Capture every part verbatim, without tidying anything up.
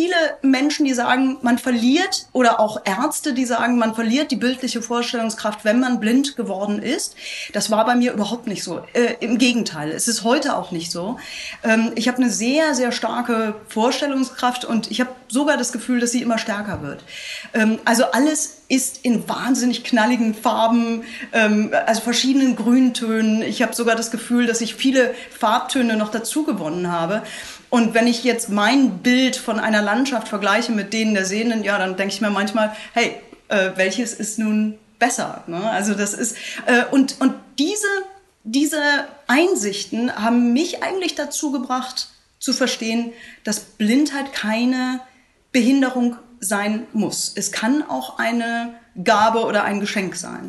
viele Menschen, die sagen, man verliert, oder auch Ärzte, die sagen, man verliert die bildliche Vorstellungskraft, wenn man blind geworden ist. Das war bei mir überhaupt nicht so. Äh, im Gegenteil, es ist heute auch nicht so. Ähm, ich habe eine sehr, sehr starke Vorstellungskraft und ich habe sogar das Gefühl, dass sie immer stärker wird. Ähm, also alles ist in wahnsinnig knalligen Farben, ähm, also verschiedenen Grüntönen. Ich habe sogar das Gefühl, dass ich viele Farbtöne noch dazu gewonnen habe. Und wenn ich jetzt mein Bild von einer Landschaft vergleiche mit denen der Sehenden, ja, dann denke ich mir manchmal, hey, äh, welches ist nun besser? Ne? Also das ist, äh, und, und diese, diese Einsichten haben mich eigentlich dazu gebracht, zu verstehen, dass Blindheit keine Behinderung sein muss. Es kann auch eine Gabe oder ein Geschenk sein.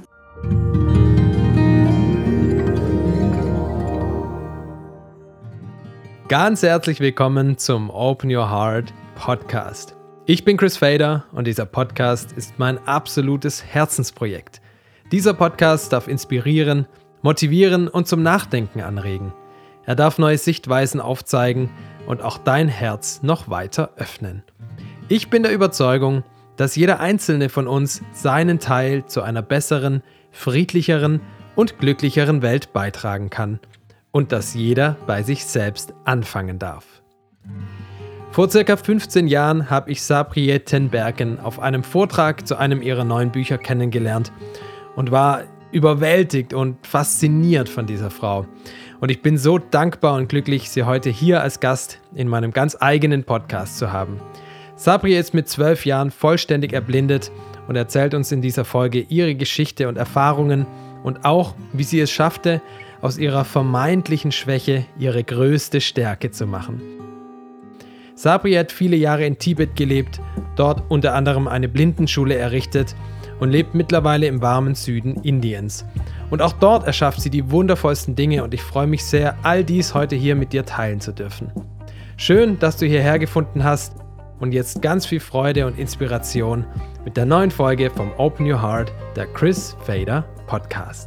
Ganz herzlich willkommen zum Open Your Heart Podcast. Ich bin Chris Fader und dieser Podcast ist mein absolutes Herzensprojekt. Dieser Podcast darf inspirieren, motivieren und zum Nachdenken anregen. Er darf neue Sichtweisen aufzeigen und auch dein Herz noch weiter öffnen. Ich bin der Überzeugung, dass jeder Einzelne von uns seinen Teil zu einer besseren, friedlicheren und glücklicheren Welt beitragen kann. Und dass jeder bei sich selbst anfangen darf. Vor circa fünfzehn Jahren habe ich Sabriye Tenberken auf einem Vortrag zu einem ihrer neuen Bücher kennengelernt und war überwältigt und fasziniert von dieser Frau. Und ich bin so dankbar und glücklich, sie heute hier als Gast in meinem ganz eigenen Podcast zu haben. Sabriye ist mit zwölf Jahren vollständig erblindet und erzählt uns in dieser Folge ihre Geschichte und Erfahrungen und auch, wie sie es schaffte, aus ihrer vermeintlichen Schwäche ihre größte Stärke zu machen. Sabriye hat viele Jahre in Tibet gelebt, dort unter anderem eine Blindenschule errichtet und lebt mittlerweile im warmen Süden Indiens. Und auch dort erschafft sie die wundervollsten Dinge und ich freue mich sehr, all dies heute hier mit dir teilen zu dürfen. Schön, dass du hierher gefunden hast und jetzt ganz viel Freude und Inspiration mit der neuen Folge vom Open Your Heart, der Chris Fader Podcast.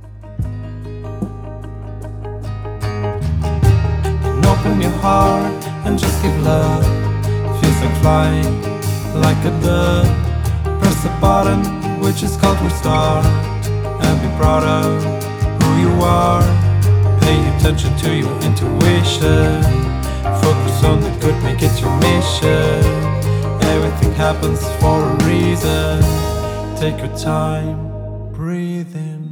Open your heart and just give love. Feels like flying, like a dove. Press the button, which is called restart, and be proud of who you are. Pay attention to your intuition. Focus on the good, make it your mission. Everything happens for a reason. Take your time, breathe in.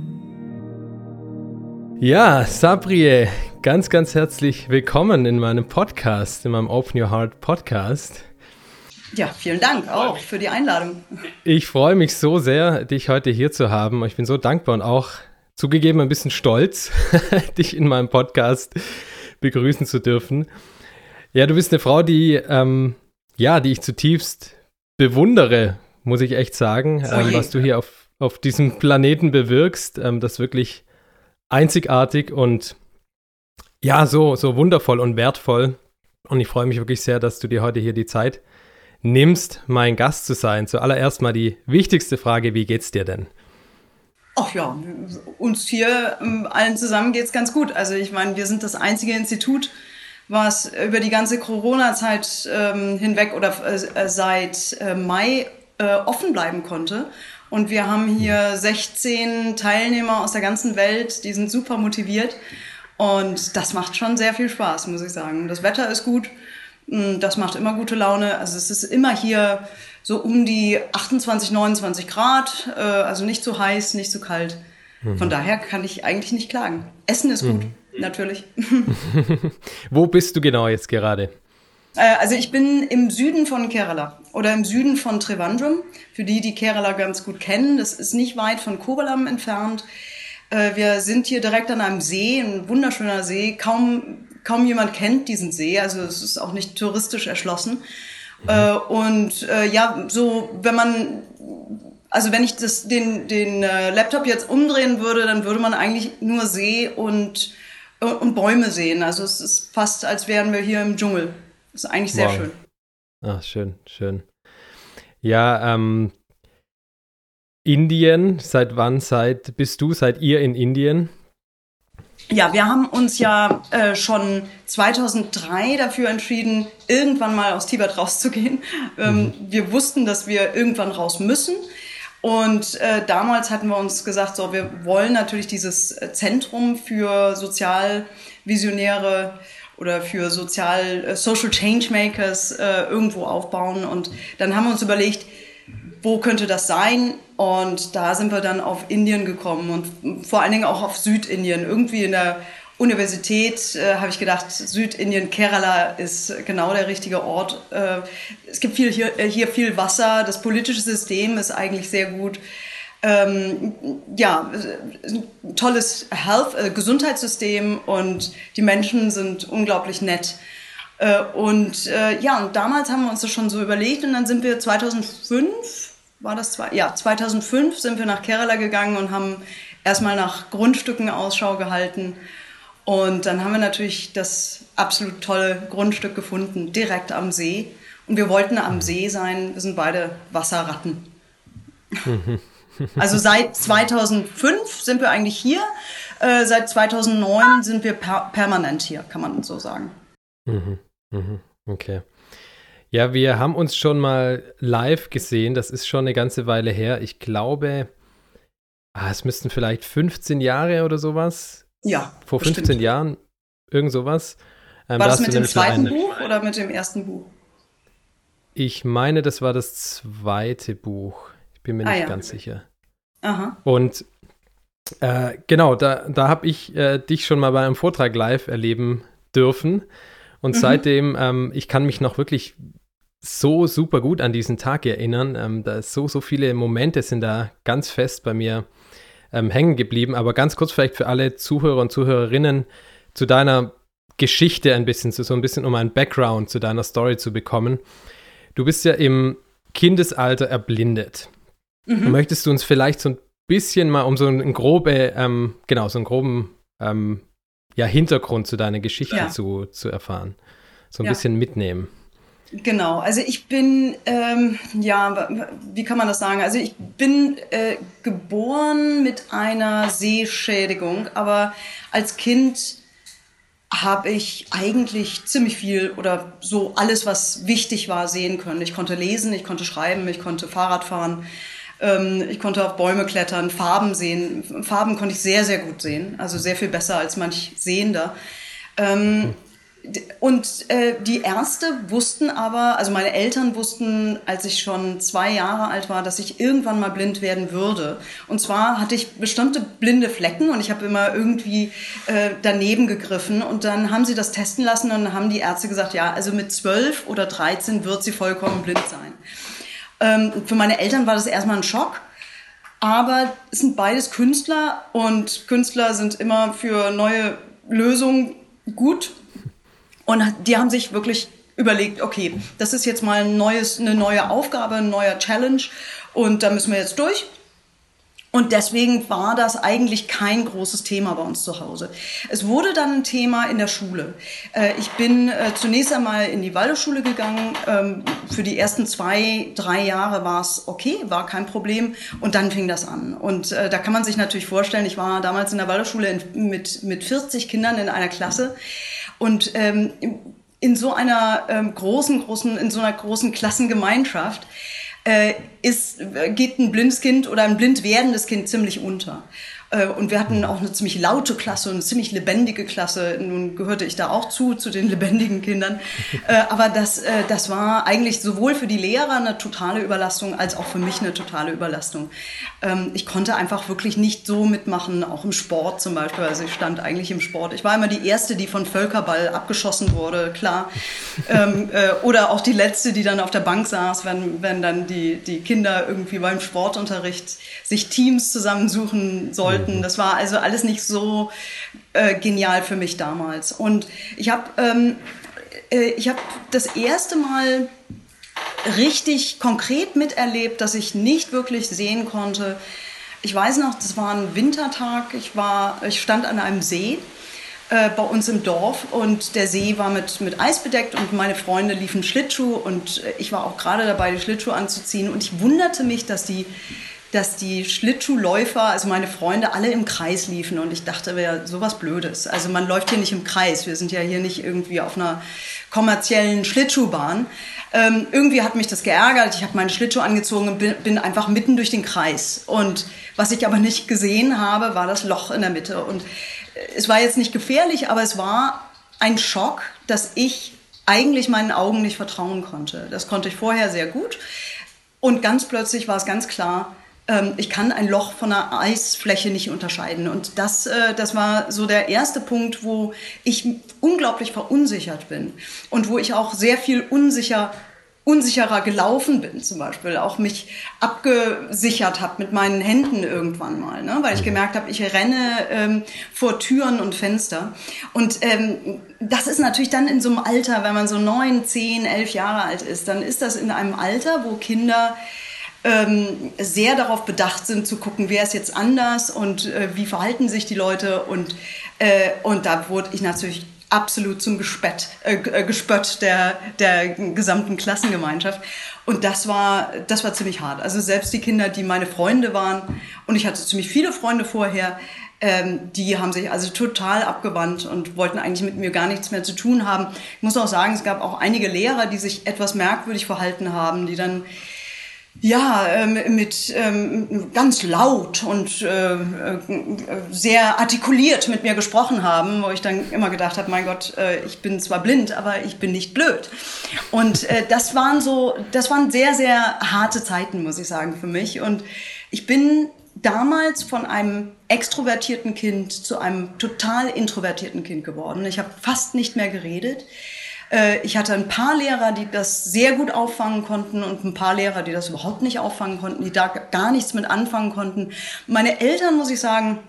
Ja, Sabriye, ganz, ganz herzlich willkommen in meinem Podcast, in meinem Open Your Heart Podcast. Ja, vielen Dank auch für die Einladung. Ich freue mich so sehr, dich heute hier zu haben. Ich bin so dankbar und auch zugegeben ein bisschen stolz, dich in meinem Podcast begrüßen zu dürfen. Ja, du bist eine Frau, die, ähm, ja, die ich zutiefst bewundere, muss ich echt sagen, ähm, was du hier auf, auf diesem Planeten bewirkst. Ähm, das wirklich einzigartig und ja, so, so wundervoll und wertvoll. Und ich freue mich wirklich sehr, dass du dir heute hier die Zeit nimmst, mein Gast zu sein. Zuallererst mal die wichtigste Frage, wie geht's dir denn? Ach ja, uns hier ähm, allen zusammen geht's ganz gut. Also ich meine, wir sind das einzige Institut, was über die ganze Corona-Zeit ähm, hinweg oder äh, seit äh, Mai äh, offen bleiben konnte. Und wir haben hier sechzehn Teilnehmer aus der ganzen Welt, die sind super motiviert. Und das macht schon sehr viel Spaß, muss ich sagen. Das Wetter ist gut, das macht immer gute Laune. Also es ist immer hier so um die achtundzwanzig, neunundzwanzig Grad, also nicht zu heiß, nicht zu kalt. Mhm. Von daher kann ich eigentlich nicht klagen. Essen ist gut, mhm. natürlich. Wo bist du genau jetzt gerade? Also ich bin im Süden von Kerala oder im Süden von Trivandrum. Für die, die Kerala ganz gut kennen, das ist nicht weit von Kovalam entfernt. Wir sind hier direkt an einem See, ein wunderschöner See. Kaum, kaum jemand kennt diesen See, also es ist auch nicht touristisch erschlossen. Mhm. Und ja, so wenn man, also wenn ich das, den, den Laptop jetzt umdrehen würde, dann würde man eigentlich nur See und, und Bäume sehen. Also es ist fast, als wären wir hier im Dschungel. Das ist eigentlich sehr wow. schön. Ach, schön, schön. Ja, ähm, Indien, seit wann seid, bist du, seid ihr in Indien? Ja, wir haben uns ja äh, schon zweitausenddrei dafür entschieden, irgendwann mal aus Tibet rauszugehen. Ähm, mhm. Wir wussten, dass wir irgendwann raus müssen. Und äh, damals hatten wir uns gesagt, so, wir wollen natürlich dieses Zentrum für Sozialvisionäre oder für Sozial, äh, Social Changemakers äh, irgendwo aufbauen. Und dann haben wir uns überlegt, wo könnte das sein? Und da sind wir dann auf Indien gekommen und vor allen Dingen auch auf Südindien. Irgendwie in der Universität äh, habe ich gedacht, Südindien, Kerala ist genau der richtige Ort. Äh, es gibt viel, hier, hier viel Wasser, das politische System ist eigentlich sehr gut. Ähm, ja, ein tolles Health, äh, Gesundheitssystem und die Menschen sind unglaublich nett. Äh, und äh, ja, und damals haben wir uns das schon so überlegt und dann sind wir zweitausendfünf, war das zwei? Ja, zweitausendfünf sind wir nach Kerala gegangen und haben erstmal nach Grundstücken Ausschau gehalten. Und dann haben wir natürlich das absolut tolle Grundstück gefunden, direkt am See. Und wir wollten am See sein, wir sind beide Wasserratten. Also seit zweitausendfünf sind wir eigentlich hier, äh, seit zweitausendneun sind wir per- permanent hier, kann man so sagen. Mhm. Mhm. Okay. Ja, wir haben uns schon mal live gesehen, das ist schon eine ganze Weile her. Ich glaube, ah, es müssten vielleicht fünfzehn Jahre oder sowas. Ja, vor fünfzehn bestimmt. Jahren, irgend sowas. Ähm, war da das hast mit du dem nämlich mal zweiten eine- Buch oder mit dem ersten Buch? Ich meine, das war das zweite Buch. Ich bin mir Ah, nicht ja. ganz sicher. Aha. Und äh, genau, da, da habe ich äh, dich schon mal bei einem Vortrag live erleben dürfen. Und Mhm. seitdem, ähm, ich kann mich noch wirklich so super gut an diesen Tag erinnern. Ähm, da ist so, so viele Momente sind da ganz fest bei mir ähm, hängen geblieben. Aber ganz kurz vielleicht für alle Zuhörer und Zuhörerinnen zu deiner Geschichte ein bisschen, so, so ein bisschen um einen Background zu deiner Story zu bekommen. Du bist ja im Kindesalter erblindet. Mhm. Möchtest du uns vielleicht so ein bisschen mal um so einen grobe, ähm, genau, so einen groben ähm, ja, Hintergrund zu deiner Geschichte Ja. zu, zu erfahren? So ein Ja. bisschen mitnehmen. Genau, also ich bin, ähm, ja, wie kann man das sagen? Also ich bin äh, geboren mit einer Sehschädigung, aber als Kind habe ich eigentlich ziemlich viel oder so alles, was wichtig war, sehen können. Ich konnte lesen, ich konnte schreiben, ich konnte Fahrrad fahren, ähm, ich konnte auf Bäume klettern, Farben sehen. Farben konnte ich sehr, sehr gut sehen, also sehr viel besser als manch Sehender. Ähm, Und äh, die Ärzte wussten aber, also meine Eltern wussten, als ich schon zwei Jahre alt war, dass ich irgendwann mal blind werden würde. Und zwar hatte ich bestimmte blinde Flecken und ich habe immer irgendwie äh, daneben gegriffen. Und dann haben sie das testen lassen und dann haben die Ärzte gesagt, ja, also mit zwölf oder dreizehn wird sie vollkommen blind sein. Ähm, für meine Eltern war das erstmal ein Schock. Aber es sind beides Künstler und Künstler sind immer für neue Lösungen gut. Und die haben sich wirklich überlegt, okay, das ist jetzt mal ein neues, eine neue Aufgabe, ein neuer Challenge und da müssen wir jetzt durch. Und deswegen war das eigentlich kein großes Thema bei uns zu Hause. Es wurde dann ein Thema in der Schule. Ich bin zunächst einmal in die Waldorfschule gegangen. Für die ersten zwei, drei Jahre war es okay, war kein Problem. Und dann fing das an. Und da kann man sich natürlich vorstellen, ich war damals in der Waldorfschule mit, mit vierzig Kindern in einer Klasse. Und ähm, in so einer ähm, großen, großen, in so einer großen Klassengemeinschaft äh, ist, geht ein blindes Kind oder ein blind werdendes Kind ziemlich unter. Äh, und wir hatten auch eine ziemlich laute Klasse und eine ziemlich lebendige Klasse. Nun gehörte ich da auch zu, zu den lebendigen Kindern. Äh, aber das, äh, das war eigentlich sowohl für die Lehrer eine totale Überlastung als auch für mich eine totale Überlastung. Ähm, ich konnte einfach wirklich nicht so mitmachen, auch im Sport zum Beispiel. Also ich stand eigentlich im Sport. Ich war immer die Erste, die von Völkerball abgeschossen wurde, klar. ähm, äh, oder auch die Letzte, die dann auf der Bank saß, wenn, wenn dann die, die Kinder irgendwie beim Sportunterricht sich Teams zusammensuchen sollten. Das war also alles nicht so äh, genial für mich damals. Und ich habe ähm, äh, ich habe das erste Mal richtig konkret miterlebt, dass ich nicht wirklich sehen konnte. Ich weiß noch, das war ein Wintertag. Ich war, ich stand an einem See äh, bei uns im Dorf und der See war mit mit Eis bedeckt und meine Freunde liefen Schlittschuh und ich war auch gerade dabei, die Schlittschuhe anzuziehen und ich wunderte mich, dass die dass die Schlittschuhläufer, also meine Freunde, alle im Kreis liefen. Und ich dachte, wäre sowas Blödes. Also man läuft hier nicht im Kreis. Wir sind ja hier nicht irgendwie auf einer kommerziellen Schlittschuhbahn. Ähm, irgendwie hat mich das geärgert. Ich habe meinen Schlittschuh angezogen und bin, bin einfach mitten durch den Kreis. Und was ich aber nicht gesehen habe, war das Loch in der Mitte. Und es war jetzt nicht gefährlich, aber es war ein Schock, dass ich eigentlich meinen Augen nicht vertrauen konnte. Das konnte ich vorher sehr gut. Und ganz plötzlich war es ganz klar, ich kann ein Loch von einer Eisfläche nicht unterscheiden. Und das, äh, das war so der erste Punkt, wo ich unglaublich verunsichert bin. Und wo ich auch sehr viel unsicher, unsicherer gelaufen bin, zum Beispiel. Auch mich abgesichert habe mit meinen Händen irgendwann mal. Ne? Weil ich gemerkt habe, ich renne ähm, vor Türen und Fenster. Und ähm, das ist natürlich dann in so einem Alter, wenn man so neun, zehn, elf Jahre alt ist, dann ist das in einem Alter, wo Kinder sehr darauf bedacht sind, zu gucken, wer ist jetzt anders und äh, wie verhalten sich die Leute. Und, äh, und da wurde ich natürlich absolut zum Gespött, äh, Gespött der, der gesamten Klassengemeinschaft. Und das war, das war ziemlich hart. Also selbst die Kinder, die meine Freunde waren, und ich hatte ziemlich viele Freunde vorher, ähm, die haben sich also total abgewandt und wollten eigentlich mit mir gar nichts mehr zu tun haben. Ich muss auch sagen, es gab auch einige Lehrer, die sich etwas merkwürdig verhalten haben, die dann ja, ähm, mit ähm, ganz laut und äh, sehr artikuliert mit mir gesprochen haben, wo ich dann immer gedacht habe, mein Gott, äh, ich bin zwar blind, aber ich bin nicht blöd. Und äh, das waren so, das waren sehr, sehr harte Zeiten, muss ich sagen, für mich. Und ich bin damals von einem extrovertierten Kind zu einem total introvertierten Kind geworden. Ich habe fast nicht mehr geredet. Ich hatte ein paar Lehrer, die das sehr gut auffangen konnten und ein paar Lehrer, die das überhaupt nicht auffangen konnten, die da gar nichts mit anfangen konnten. Meine Eltern, muss ich sagen,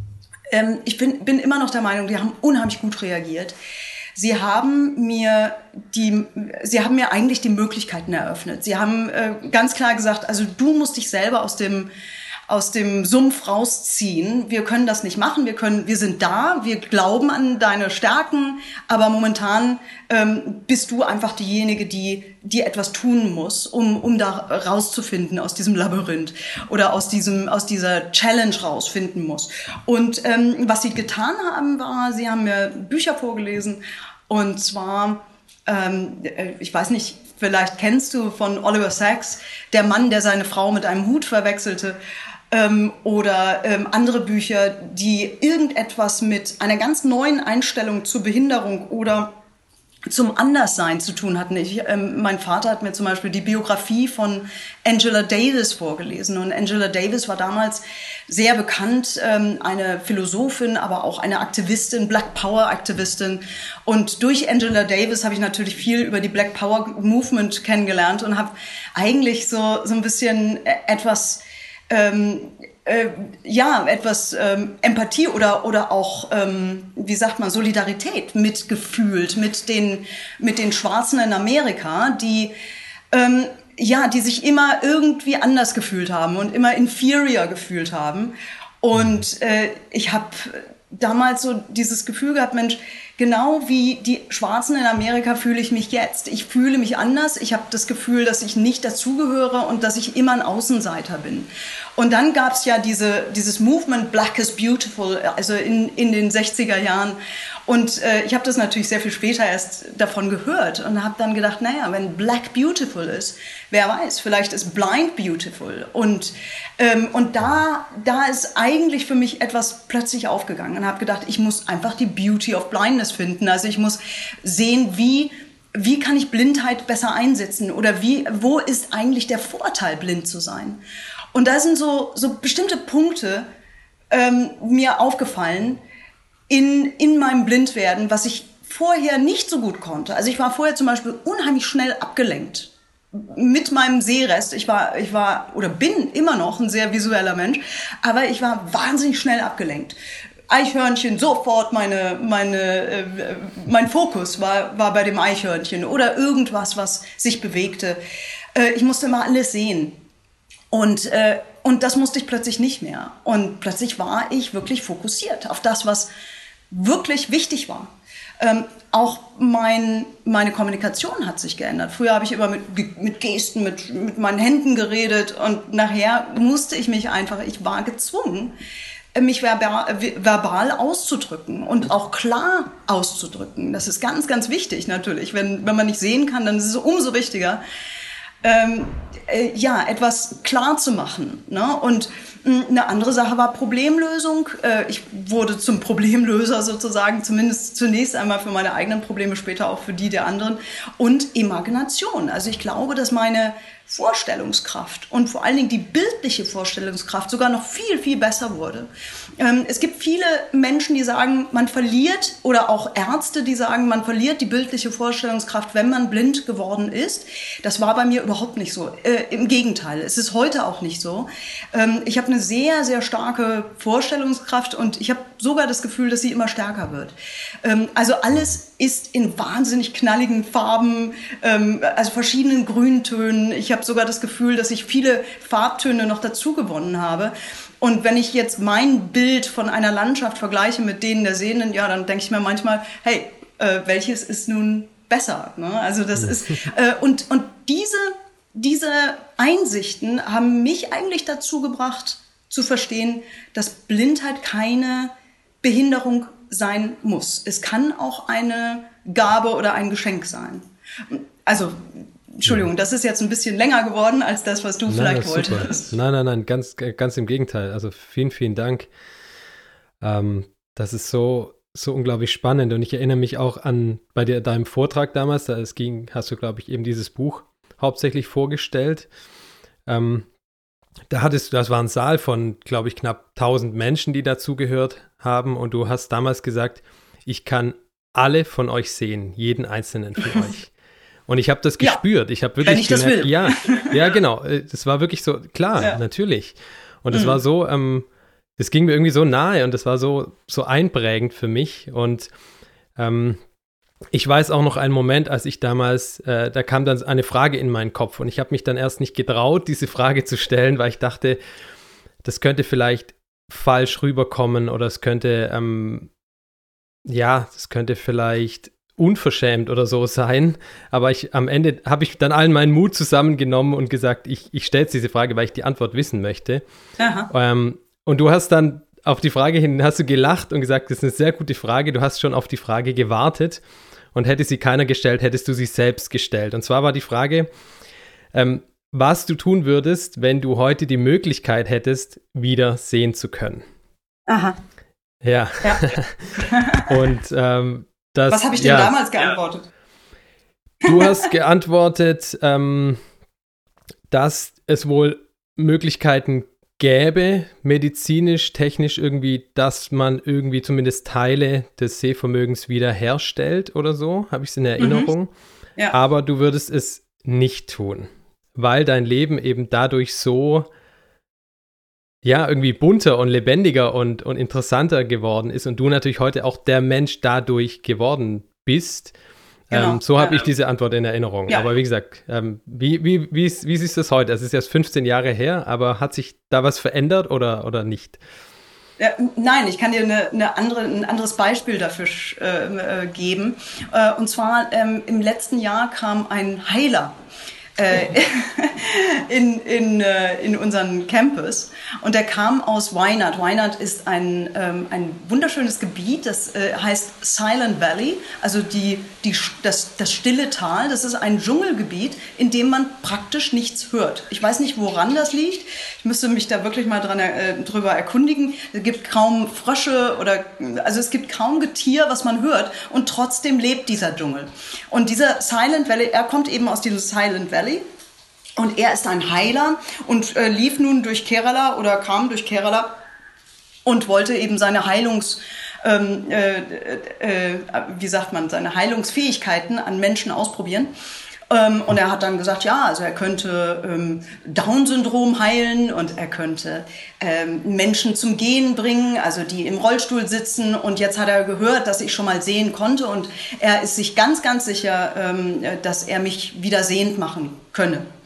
ich bin, bin immer noch der Meinung, die haben unheimlich gut reagiert. Sie haben mir die, sie haben mir eigentlich die Möglichkeiten eröffnet. Sie haben ganz klar gesagt, also du musst dich selber aus dem aus dem Sumpf rausziehen. Wir können das nicht machen. Wir können, wir sind da. Wir glauben an deine Stärken. Aber momentan ähm, bist du einfach diejenige, die, die etwas tun muss, um, um da rauszufinden aus diesem Labyrinth oder aus diesem, aus dieser Challenge rausfinden muss. Und ähm, was sie getan haben, war, sie haben mir Bücher vorgelesen. Und zwar, ähm, ich weiß nicht, vielleicht kennst du von Oliver Sacks, der Mann, der seine Frau mit einem Hut verwechselte. Ähm, oder ähm, andere Bücher, die irgendetwas mit einer ganz neuen Einstellung zur Behinderung oder zum Anderssein zu tun hatten. Ich, ähm, mein Vater hat mir zum Beispiel die Biografie von Angela Davis vorgelesen. Und Angela Davis war damals sehr bekannt, ähm, eine Philosophin, aber auch eine Aktivistin, Black Power Aktivistin. Und durch Angela Davis habe ich natürlich viel über die Black Power Movement kennengelernt und habe eigentlich so, so ein bisschen etwas Ähm, äh, ja, etwas ähm, Empathie oder oder auch, ähm, wie sagt man, Solidarität mitgefühlt mit den mit den Schwarzen in Amerika, die ähm, ja, die sich immer irgendwie anders gefühlt haben und immer inferior gefühlt haben. Und äh, ich habe damals so dieses Gefühl gehabt, Mensch, genau wie die Schwarzen in Amerika fühle ich mich jetzt. Ich fühle mich anders. Ich habe das Gefühl, dass ich nicht dazugehöre und dass ich immer ein Außenseiter bin. Und dann gab es ja diese, dieses Movement Black is Beautiful, also in, in den sechziger Jahren. Und äh, ich habe das natürlich sehr viel später erst davon gehört und habe dann gedacht, naja, wenn Black beautiful ist, wer weiß, vielleicht ist Blind beautiful. Und, ähm, und da, da ist eigentlich für mich etwas plötzlich aufgegangen und habe gedacht, ich muss einfach die Beauty of Blindness finden. Also ich muss sehen, wie, wie kann ich Blindheit besser einsetzen oder wie, wo ist eigentlich der Vorteil, blind zu sein? Und da sind so, so bestimmte Punkte ähm, mir aufgefallen, in, in meinem Blindwerden, was ich vorher nicht so gut konnte. Also ich war vorher zum Beispiel unheimlich schnell abgelenkt mit meinem Sehrest. Ich war, ich war oder bin immer noch ein sehr visueller Mensch, aber ich war wahnsinnig schnell abgelenkt. Eichhörnchen, sofort meine, meine, äh, mein Fokus war, war bei dem Eichhörnchen oder irgendwas, was sich bewegte. Äh, ich musste immer alles sehen. Und, äh, und das musste ich plötzlich nicht mehr. Und plötzlich war ich wirklich fokussiert auf das, was wirklich wichtig war. Ähm, auch mein, meine Kommunikation hat sich geändert. Früher habe ich immer mit, mit Gesten, mit, mit meinen Händen geredet und nachher musste ich mich einfach, ich war gezwungen, mich verbal, verbal auszudrücken und auch klar auszudrücken. Das ist ganz, ganz wichtig natürlich. Wenn, wenn man nicht sehen kann, dann ist es umso wichtiger, ähm, äh, ja, etwas klar zu machen. Ne? Und mh, eine andere Sache war Problemlösung. Äh, ich wurde zum Problemlöser sozusagen, zumindest zunächst einmal für meine eigenen Probleme, später auch für die der anderen. Und Imagination. Also ich glaube, dass meine Vorstellungskraft und vor allen Dingen die bildliche Vorstellungskraft sogar noch viel, viel besser wurde. Ähm, es gibt viele Menschen, die sagen, man verliert, oder auch Ärzte, die sagen, man verliert die bildliche Vorstellungskraft, wenn man blind geworden ist. Das war bei mir überhaupt nicht so. Äh, im Gegenteil, es ist heute auch nicht so. Ähm, ich habe eine sehr, sehr starke Vorstellungskraft und ich habe sogar das Gefühl, dass sie immer stärker wird. Ähm, also alles ist in wahnsinnig knalligen Farben, ähm, also verschiedenen Grüntönen. Ich habe sogar das Gefühl, dass ich viele Farbtöne noch dazu gewonnen habe. Und wenn ich jetzt mein Bild von einer Landschaft vergleiche mit denen der Sehenden, ja, dann denke ich mir manchmal, hey, äh, welches ist nun besser? Ne? Also das ist äh, und und diese diese Einsichten haben mich eigentlich dazu gebracht, zu verstehen, dass Blindheit keine Behinderung sein muss. Es kann auch eine Gabe oder ein Geschenk sein. Also Entschuldigung, das ist jetzt ein bisschen länger geworden als das, was du nein, vielleicht wolltest. Nein, nein, nein, ganz, ganz im Gegenteil. Also vielen, vielen Dank. Ähm, das ist so, so unglaublich spannend. Und ich erinnere mich auch an bei dir, deinem Vortrag damals, da es ging, hast du, glaube ich, eben dieses Buch hauptsächlich vorgestellt. Ähm, da hattest du, das war ein Saal von, glaube ich, knapp tausend Menschen, die dazugehört haben. Und du hast damals gesagt, ich kann alle von euch sehen, jeden einzelnen von euch. Und ich habe das gespürt. Ja, ich habe wirklich wenn ich gemerkt, das will. ja, ja, genau. Das war wirklich so, klar, ja. Natürlich. Und es mhm. war so, ähm, das ging mir irgendwie so nahe und das war so, so einprägend für mich. Und ähm, ich weiß auch noch einen Moment, als ich damals, äh, da kam dann eine Frage in meinen Kopf und ich habe mich dann erst nicht getraut, diese Frage zu stellen, weil ich dachte, das könnte vielleicht falsch rüberkommen oder es könnte, ähm, ja, das könnte vielleicht unverschämt oder so sein, aber ich am Ende habe ich dann allen meinen Mut zusammengenommen und gesagt, ich, ich stelle diese Frage, weil ich die Antwort wissen möchte. Ähm, und du hast dann auf die Frage hin, hast du gelacht und gesagt, das ist eine sehr gute Frage, du hast schon auf die Frage gewartet und hätte sie keiner gestellt, hättest du sie selbst gestellt. Und zwar war die Frage, ähm, was du tun würdest, wenn du heute die Möglichkeit hättest, wieder sehen zu können. Aha. Ja. ja. und ähm, Das, Was habe ich denn ja, damals geantwortet? Du hast geantwortet, ähm, dass es wohl Möglichkeiten gäbe, medizinisch, technisch irgendwie, dass man irgendwie zumindest Teile des Sehvermögens wiederherstellt oder so, habe ich es in Erinnerung. Mhm. Ja. Aber du würdest es nicht tun, weil dein Leben eben dadurch so ja, irgendwie bunter und lebendiger und, und interessanter geworden ist und du natürlich heute auch der Mensch dadurch geworden bist. Genau. Ähm, so habe ja. ich diese Antwort in Erinnerung. Ja. Aber wie gesagt, ähm, wie, wie, wie, ist, wie siehst du das heute? Es ist erst fünfzehn Jahre her, aber hat sich da was verändert oder, oder nicht? Ja, nein, ich kann dir eine, eine andere, ein anderes Beispiel dafür äh, geben. Äh, und zwar ähm, im letzten Jahr kam ein Heiler Äh, in, in, äh, in unseren Campus. Und der kam aus Wynand. Wynand ist ein, ähm, ein wunderschönes Gebiet, das äh, heißt Silent Valley, also die, die, das, das stille Tal. Das ist ein Dschungelgebiet, in dem man praktisch nichts hört. Ich weiß nicht, woran das liegt. Ich müsste mich da wirklich mal dran, äh, drüber erkundigen. Es gibt kaum Frösche oder, also es gibt kaum Getier, was man hört. Und trotzdem lebt dieser Dschungel. Und dieser Silent Valley, er kommt eben aus diesem Silent Valley. Und er ist ein Heiler und äh, lief nun durch Kerala oder kam durch Kerala und wollte eben seine Heilungs, ähm, äh, äh, wie sagt man, seine Heilungsfähigkeiten an Menschen ausprobieren. Ähm, und er hat dann gesagt, ja, also er könnte ähm, Down-Syndrom heilen und er könnte ähm, Menschen zum Gehen bringen, also die im Rollstuhl sitzen. Und jetzt hat er gehört, dass ich schon mal sehen konnte und er ist sich ganz, ganz sicher, ähm, dass er mich wieder sehend machen könne.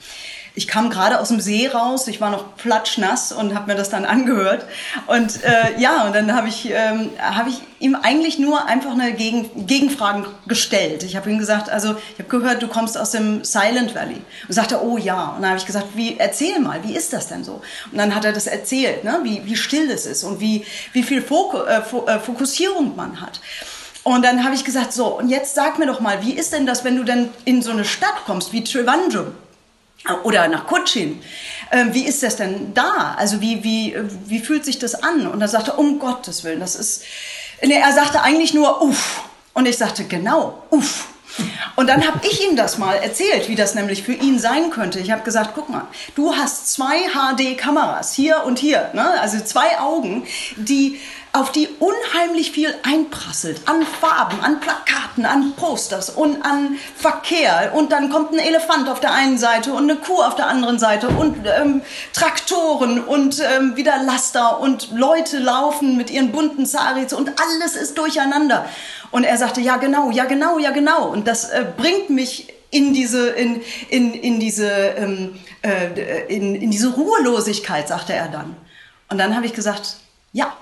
ich kam gerade aus dem See raus, ich war noch platschnass und habe mir das dann angehört. Und äh, ja, und dann habe ich, ähm, hab ich ihm eigentlich nur einfach eine Gegen, Gegenfragen gestellt. Ich habe ihm gesagt, also ich habe gehört, du kommst aus dem Silent Valley. Und sagte, oh ja. Und dann habe ich gesagt, wie, erzähl mal, wie ist das denn so? Und dann hat er das erzählt, ne? wie, wie still es ist und wie, wie viel Fokus, äh, Fokussierung man hat. Und dann habe ich gesagt, so, und jetzt sag mir doch mal, wie ist denn das, wenn du denn in so eine Stadt kommst wie Trivandrum oder nach Cochin? Äh, wie ist das denn da? Also wie, wie, wie fühlt sich das an? Und dann sagte er, um Gottes Willen, das ist... Nee, er sagte eigentlich nur, uff. Und ich sagte, genau, uff. Und dann habe ich ihm das mal erzählt, wie das nämlich für ihn sein könnte. Ich habe gesagt, guck mal, du hast zwei H D-Kameras, hier und hier, ne? Also zwei Augen, die, auf die unheimlich viel einprasselt, an Farben, an Plakaten, an Posters und an Verkehr. Und dann kommt ein Elefant auf der einen Seite und eine Kuh auf der anderen Seite und ähm, Traktoren und ähm, wieder Laster und Leute laufen mit ihren bunten Saris und alles ist durcheinander. Und er sagte, ja genau, ja genau, ja genau. Und das äh, bringt mich in diese, in, in, in diese, ähm, äh, in, in diese Ruhelosigkeit, sagte er dann. Und dann habe ich gesagt, ja.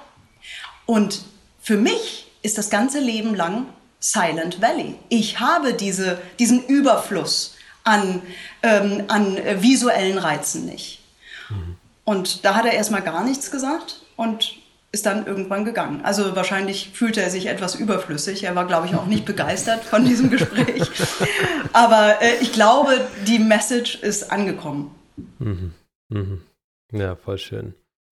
Und für mich ist das ganze Leben lang Silent Valley. Ich habe diese, diesen Überfluss an, ähm, an äh, visuellen Reizen nicht. Mhm. Und da hat er erstmal gar nichts gesagt und ist dann irgendwann gegangen. Also wahrscheinlich fühlte er sich etwas überflüssig. Er war, glaube ich, auch nicht begeistert von diesem Gespräch. Aber äh, ich glaube, die Message ist angekommen. Mhm. Mhm. Ja, voll schön.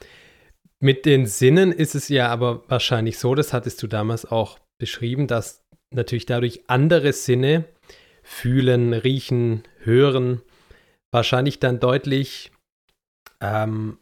Mit den Sinnen ist es ja aber wahrscheinlich so, das hattest du damals auch beschrieben, dass natürlich dadurch andere Sinne, fühlen, riechen, hören, wahrscheinlich dann deutlich ähm,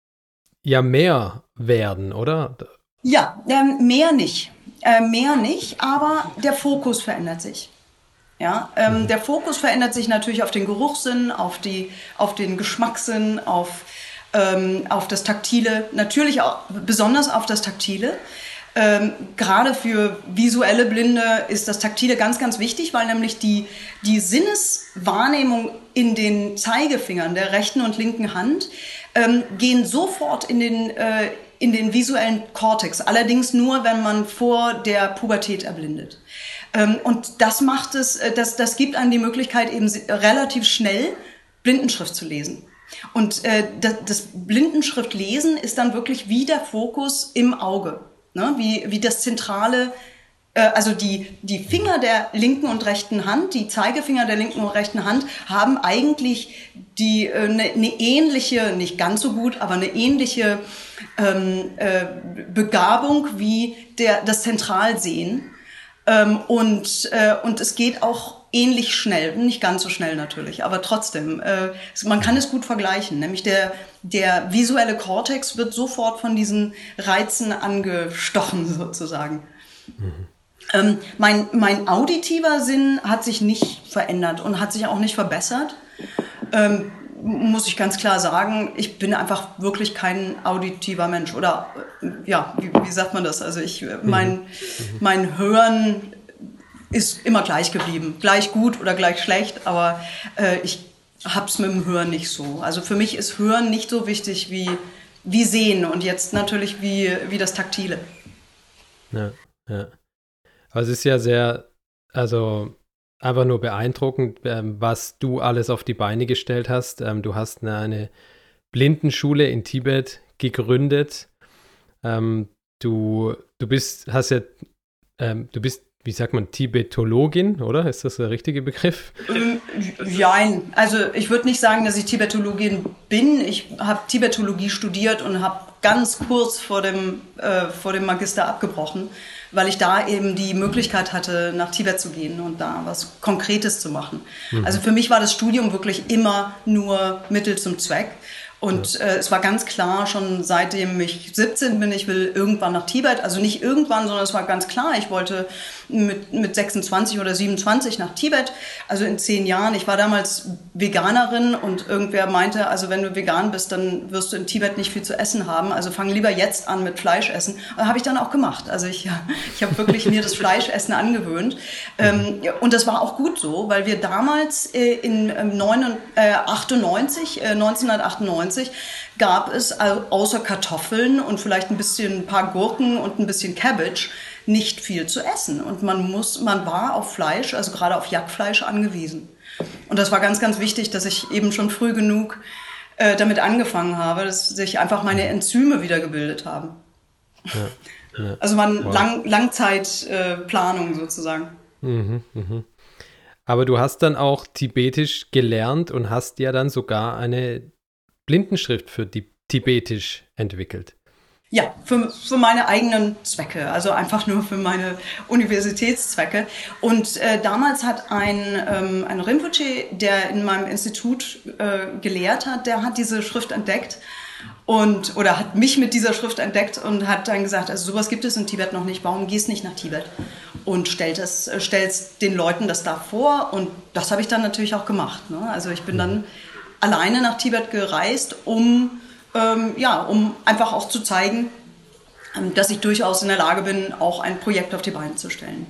ja mehr werden, oder? Ja, ähm, mehr nicht. Äh, mehr nicht, aber der Fokus verändert sich. Ja, ähm, mhm. Der Fokus verändert sich natürlich auf den Geruchssinn, auf, die, auf den Geschmackssinn, auf, ähm, auf das Taktile, natürlich auch besonders auf das Taktile. Ähm, gerade für visuelle Blinde ist das Taktile ganz, ganz wichtig, weil nämlich die, die Sinneswahrnehmung in den Zeigefingern der rechten und linken Hand ähm, gehen sofort in den, äh, in den visuellen Kortex, allerdings nur, wenn man vor der Pubertät erblindet. Ähm, und das macht es, das, das gibt einem die Möglichkeit, eben relativ schnell Blindenschrift zu lesen. Und äh, das, das Blindenschriftlesen ist dann wirklich wie der Fokus im Auge. Ne, wie, wie das zentrale, äh, also die, die Finger der linken und rechten Hand, die Zeigefinger der linken und rechten Hand haben eigentlich die äh, ne, ne ähnliche, nicht ganz so gut, aber eine ähnliche ähm, äh, Begabung wie der, das Zentralsehen. Ähm, und, äh, und es geht auch ähnlich schnell, nicht ganz so schnell natürlich, aber trotzdem, äh, man kann es gut vergleichen, nämlich der, der visuelle Kortex wird sofort von diesen Reizen angestochen sozusagen. Mhm. Ähm, mein, mein auditiver Sinn hat sich nicht verändert und hat sich auch nicht verbessert, ähm, muss ich ganz klar sagen. Ich bin einfach wirklich kein auditiver Mensch oder ja, wie, wie sagt man das? Also ich, mein, mhm. mein Hören ist immer gleich geblieben. Gleich gut oder gleich schlecht, aber äh, ich hab's mit dem Hören nicht so. Also für mich ist Hören nicht so wichtig wie, wie Sehen und jetzt natürlich wie, wie das Taktile. Ja, ja. Aber es ist ja sehr, also einfach nur beeindruckend, ähm, was du alles auf die Beine gestellt hast. Ähm, du hast eine, eine Blindenschule in Tibet gegründet. Ähm, du, du bist, hast ja, ähm, du bist wie sagt man, Tibetologin, oder? Ist das der richtige Begriff? Ähm, nein, also ich würde nicht sagen, dass ich Tibetologin bin. Ich habe Tibetologie studiert und habe ganz kurz vor dem, äh, vor dem Magister abgebrochen, weil ich da eben die Möglichkeit hatte, nach Tibet zu gehen und da was Konkretes zu machen. Mhm. Also für mich war das Studium wirklich immer nur Mittel zum Zweck. Und äh, es war ganz klar, schon seitdem ich siebzehn bin, ich will irgendwann nach Tibet. Also nicht irgendwann, sondern es war ganz klar, ich wollte mit, mit sechsundzwanzig oder siebenundzwanzig nach Tibet, also in zehn Jahren. Ich war damals Veganerin und irgendwer meinte, also wenn du vegan bist, dann wirst du in Tibet nicht viel zu essen haben. Also fang lieber jetzt an mit Fleischessen. Und habe ich dann auch gemacht. Also ich, ich habe wirklich mir das Fleischessen angewöhnt. Ähm, und das war auch gut so, weil wir damals äh, in ähm, neun, äh, achtundneunzig, äh, neunzehnhundertachtundneunzig gab es außer Kartoffeln und vielleicht ein bisschen ein paar Gurken und ein bisschen Cabbage nicht viel zu essen. Und man muss, man war auf Fleisch, also gerade auf Jagdfleisch angewiesen. Und das war ganz, ganz wichtig, dass ich eben schon früh genug äh, damit angefangen habe, dass sich einfach meine Enzyme wiedergebildet haben. Ja, ja. Also man wow. Lang, Langzeitplanung äh, sozusagen. Mhm, mhm. Aber du hast dann auch Tibetisch gelernt und hast ja dann sogar eine Blindenschrift für die Tibetisch entwickelt. Ja, für, für meine eigenen Zwecke, also einfach nur für meine Universitätszwecke. Und äh, damals hat ein, ähm, ein Rinpoche, der in meinem Institut äh, gelehrt hat, der hat diese Schrift entdeckt und oder hat mich mit dieser Schrift entdeckt und hat dann gesagt, also sowas gibt es in Tibet noch nicht, warum gehst nicht nach Tibet? Und stellt es, stellst den Leuten das da vor und das habe ich dann natürlich auch gemacht. Ne? Also ich bin dann alleine nach Tibet gereist, um, ähm, ja, um einfach auch zu zeigen, ähm, dass ich durchaus in der Lage bin, auch ein Projekt auf die Beine zu stellen.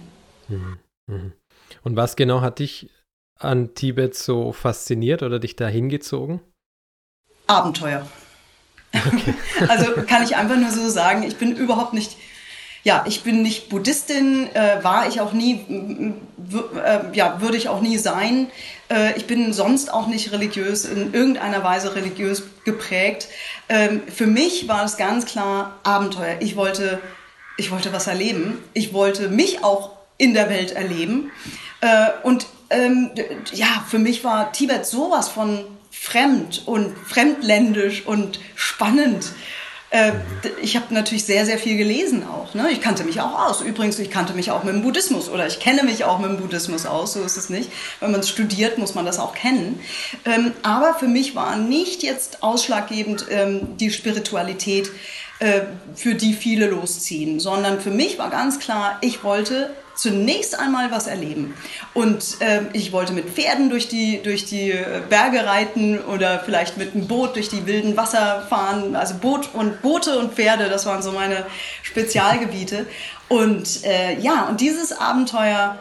Und was genau hat dich an Tibet so fasziniert oder dich da hingezogen? Abenteuer. Okay. Also kann ich einfach nur so sagen, ich bin überhaupt nicht... Ja, ich bin nicht Buddhistin, äh, war ich auch nie, w- äh, ja, würde ich auch nie sein. Äh, ich bin sonst auch nicht religiös, in irgendeiner Weise religiös geprägt. Ähm, für mich war es ganz klar Abenteuer. Ich wollte, ich wollte was erleben. Ich wollte mich auch in der Welt erleben. Äh, und ähm, ja, für mich war Tibet sowas von fremd und fremdländisch und spannend. Ich habe natürlich sehr, sehr viel gelesen auch. Ne? Ich kannte mich auch aus. Übrigens, ich kannte mich auch mit dem Buddhismus oder ich kenne mich auch mit dem Buddhismus aus. So ist es nicht. Wenn man es studiert, muss man das auch kennen. Ähm, aber für mich war nicht jetzt ausschlaggebend ähm, die Spiritualität, äh, für die viele losziehen, sondern für mich war ganz klar, ich wollte zunächst einmal was erleben. Und äh, ich wollte mit Pferden durch die, durch die Berge reiten oder vielleicht mit einem Boot durch die wilden Wasser fahren. Also Boot und Boote und Pferde, das waren so meine Spezialgebiete. Und äh, ja, und dieses Abenteuer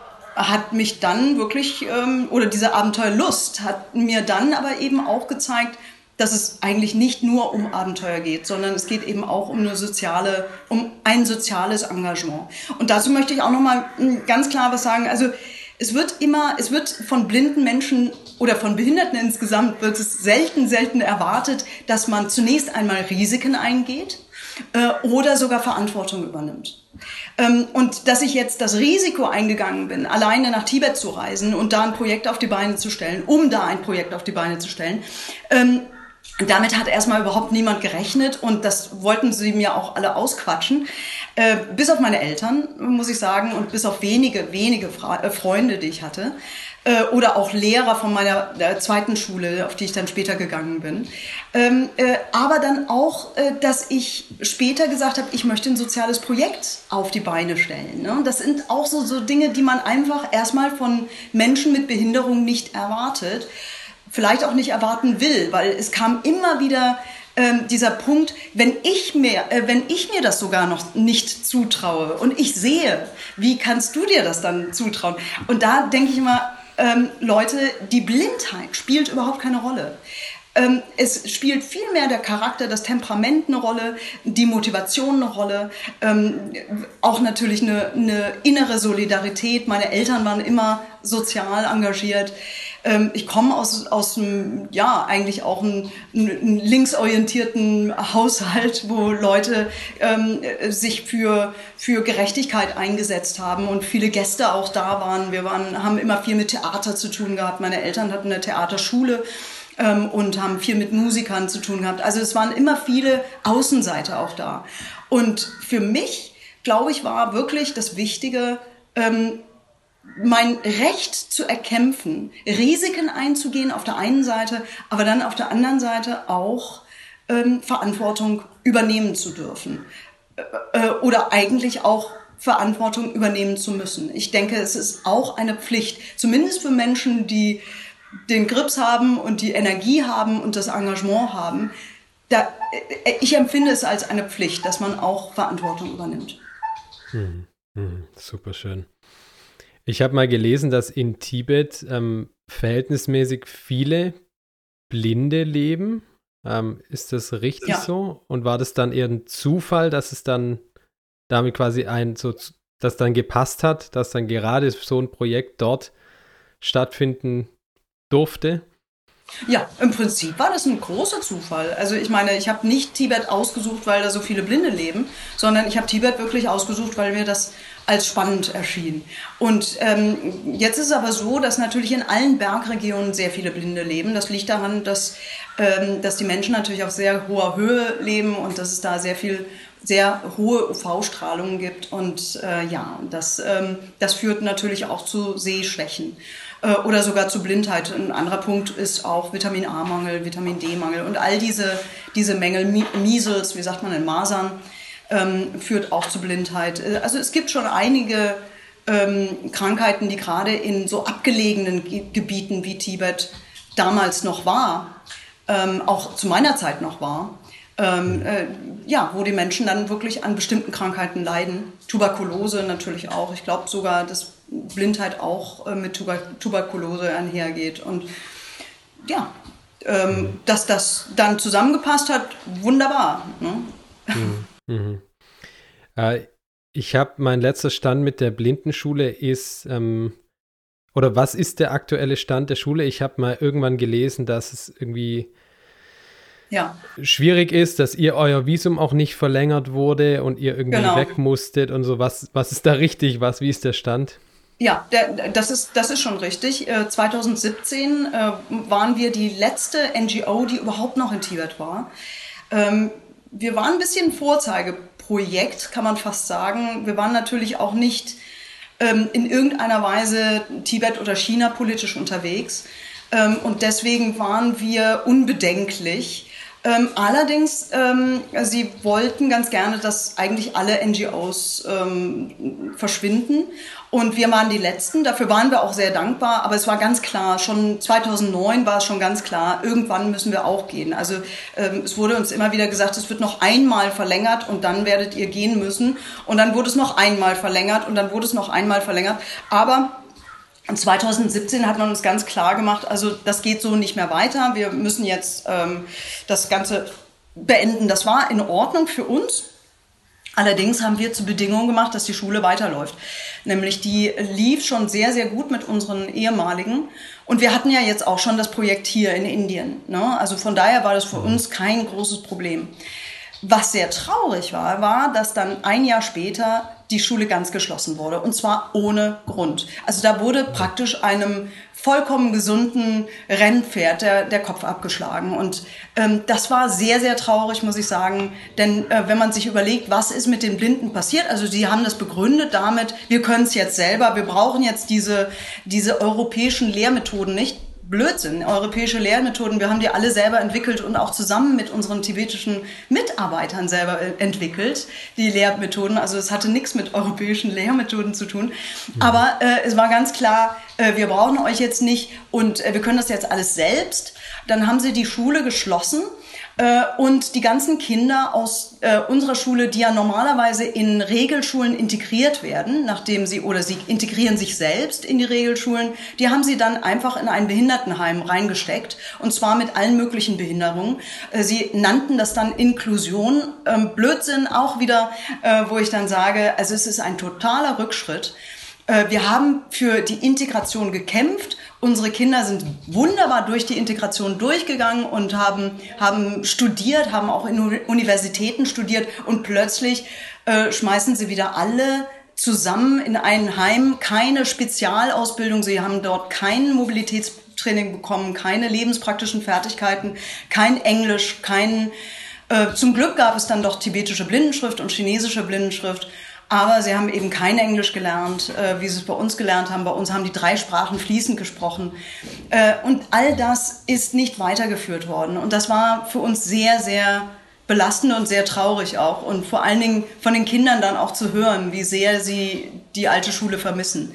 hat mich dann wirklich, ähm, oder diese Abenteuerlust hat mir dann aber eben auch gezeigt, dass es eigentlich nicht nur um Abenteuer geht, sondern es geht eben auch um eine soziale, um ein soziales Engagement. Und dazu möchte ich auch noch mal ganz klar was sagen. Also es wird immer, es wird von blinden Menschen oder von Behinderten insgesamt wird es selten, selten erwartet, dass man zunächst einmal Risiken eingeht äh, oder sogar Verantwortung übernimmt. Ähm, und dass ich jetzt das Risiko eingegangen bin, alleine nach Tibet zu reisen und da ein Projekt auf die Beine zu stellen, um da ein Projekt auf die Beine zu stellen, ähm, damit hat erstmal überhaupt niemand gerechnet und das wollten sie mir auch alle ausquatschen. Äh, bis auf meine Eltern, muss ich sagen, und bis auf wenige, wenige Fra- äh, Freunde, die ich hatte. Äh, oder auch Lehrer von meiner äh, zweiten Schule, auf die ich dann später gegangen bin. Ähm, äh, aber dann auch, äh, dass ich später gesagt habe, ich möchte ein soziales Projekt auf die Beine stellen. Ne? Das sind auch so, so Dinge, die man einfach erstmal von Menschen mit Behinderung nicht erwartet. Vielleicht auch nicht erwarten will, weil es kam immer wieder ähm, dieser Punkt, wenn ich mir, äh, wenn ich mir das sogar noch nicht zutraue und ich sehe, wie kannst du dir das dann zutrauen? Und da denke ich immer, ähm, Leute, die Blindheit spielt überhaupt keine Rolle. Ähm, es spielt vielmehr der Charakter, das Temperament eine Rolle, die Motivation eine Rolle, ähm, auch natürlich eine, eine innere Solidarität. Meine Eltern waren immer sozial engagiert. Ähm, ich komme aus, aus einem, ja, eigentlich auch einem, einem linksorientierten Haushalt, wo Leute ähm, sich für, für Gerechtigkeit eingesetzt haben und viele Gäste auch da waren. Wir waren, haben immer viel mit Theater zu tun gehabt. Meine Eltern hatten eine Theaterschule. Ähm, und haben viel mit Musikern zu tun gehabt. Also es waren immer viele Außenseiter auch da. Und für mich, glaube ich, war wirklich das Wichtige, ähm, mein Recht zu erkämpfen, Risiken einzugehen auf der einen Seite, aber dann auf der anderen Seite auch ähm, Verantwortung übernehmen zu dürfen äh, oder eigentlich auch Verantwortung übernehmen zu müssen. Ich denke, es ist auch eine Pflicht, zumindest für Menschen, die den Grips haben und die Energie haben und das Engagement haben. Da, ich empfinde es als eine Pflicht, dass man auch Verantwortung übernimmt. Hm, hm, super schön. Ich habe mal gelesen, dass in Tibet ähm, verhältnismäßig viele Blinde leben. Ähm, ist das richtig Ja. so? Und war das dann eher ein Zufall, dass es dann damit quasi ein, so, das dann gepasst hat, dass dann gerade so ein Projekt dort stattfinden durfte? Ja, im Prinzip war das ein großer Zufall. Also ich meine, ich habe nicht Tibet ausgesucht, weil da so viele Blinde leben, sondern ich habe Tibet wirklich ausgesucht, weil mir das als spannend erschien. Und ähm, jetzt ist es aber so, dass natürlich in allen Bergregionen sehr viele Blinde leben. Das liegt daran, dass, ähm, dass die Menschen natürlich auf sehr hoher Höhe leben und dass es da sehr viel sehr hohe U V-Strahlung gibt. Und äh, ja, das, ähm, das führt natürlich auch zu Sehschwächen oder sogar zu Blindheit. Ein anderer Punkt ist auch Vitamin A-Mangel, Vitamin D-Mangel und all diese, diese Mängel, Measles, wie sagt man in Masern, ähm, führt auch zu Blindheit. Also es gibt schon einige ähm, Krankheiten, die gerade in so abgelegenen Ge- Gebieten wie Tibet damals noch war, ähm, auch zu meiner Zeit noch war, ähm, äh, ja, wo die Menschen dann wirklich an bestimmten Krankheiten leiden. Tuberkulose natürlich auch. Ich glaube sogar, dass Blindheit auch äh, mit Tuber- Tuberkulose einhergeht. Und ja, ähm, dass das dann zusammengepasst hat, wunderbar. Ne? Mhm. Mhm. Äh, ich habe, mein letzter Stand mit der Blindenschule ist, ähm, oder was ist der aktuelle Stand der Schule? Ich habe mal irgendwann gelesen, dass es irgendwie ja. schwierig ist, dass ihr euer Visum auch nicht verlängert wurde und ihr irgendwie Genau. weg musstet und so. Was, was ist da richtig? Was, wie ist der Stand? Ja, der, das ist, das ist schon richtig. Äh, zwanzig siebzehn äh, waren wir die letzte N G O, die überhaupt noch in Tibet war. Ähm, wir waren ein bisschen Vorzeigeprojekt, kann man fast sagen. Wir waren natürlich auch nicht ähm, in irgendeiner Weise Tibet oder China politisch unterwegs. Ähm, und deswegen waren wir unbedenklich. Ähm, allerdings, ähm, sie wollten ganz gerne, dass eigentlich alle N G Os ähm, verschwinden. Und wir waren die Letzten. Dafür waren wir auch sehr dankbar. Aber es war ganz klar, schon zweitausendneun war es schon ganz klar, irgendwann müssen wir auch gehen. Also ähm, es wurde uns immer wieder gesagt, es wird noch einmal verlängert und dann werdet ihr gehen müssen. Und dann wurde es noch einmal verlängert und dann wurde es noch einmal verlängert. Aber zwanzig siebzehn hat man uns ganz klar gemacht, also das geht so nicht mehr weiter. Wir müssen jetzt ähm, das Ganze beenden. Das war in Ordnung für uns. Allerdings haben wir zur Bedingung gemacht, dass die Schule weiterläuft. Nämlich die lief schon sehr, sehr gut mit unseren ehemaligen. Und wir hatten ja jetzt auch schon das Projekt hier in Indien. Ne? Also von daher war das für uns kein großes Problem. Was sehr traurig war, war, dass dann ein Jahr später die Schule ganz geschlossen wurde. Und zwar ohne Grund. Also da wurde praktisch einem vollkommen gesunden Rennpferd der, der Kopf abgeschlagen. Und ähm, das war sehr, sehr traurig, muss ich sagen. Denn äh, wenn man sich überlegt, was ist mit den Blinden passiert, also die haben das begründet damit, wir können es jetzt selber, wir brauchen jetzt diese, diese europäischen Lehrmethoden nicht. Blödsinn, europäische Lehrmethoden, wir haben die alle selber entwickelt und auch zusammen mit unseren tibetischen Mitarbeitern selber entwickelt, die Lehrmethoden. Also es hatte nichts mit europäischen Lehrmethoden zu tun. Mhm. Aber äh, es war ganz klar, äh, wir brauchen euch jetzt nicht und äh, wir können das jetzt alles selbst. Dann haben sie die Schule geschlossen. Und die ganzen Kinder aus äh, unserer Schule, die ja normalerweise in Regelschulen integriert werden, nachdem sie, oder sie integrieren sich selbst in die Regelschulen, die haben sie dann einfach in ein Behindertenheim reingesteckt, und zwar mit allen möglichen Behinderungen. Äh, sie nannten das dann Inklusion, ähm, Blödsinn auch wieder, äh, wo ich dann sage, also es ist ein totaler Rückschritt. Äh, wir haben für die Integration gekämpft. Unsere Kinder sind wunderbar durch die Integration durchgegangen und haben, haben studiert, haben auch in Universitäten studiert, und plötzlich äh, schmeißen sie wieder alle zusammen in ein Heim, keine Spezialausbildung, sie haben dort kein Mobilitätstraining bekommen, keine lebenspraktischen Fertigkeiten, kein Englisch, kein, äh, zum Glück gab es dann doch tibetische Blindenschrift und chinesische Blindenschrift. Aber sie haben eben kein Englisch gelernt, äh, wie sie es bei uns gelernt haben. Bei uns haben die drei Sprachen fließend gesprochen. Äh, und all das ist nicht weitergeführt worden. Und das war für uns sehr, sehr belastend und sehr traurig auch. Und vor allen Dingen von den Kindern dann auch zu hören, wie sehr sie die alte Schule vermissen.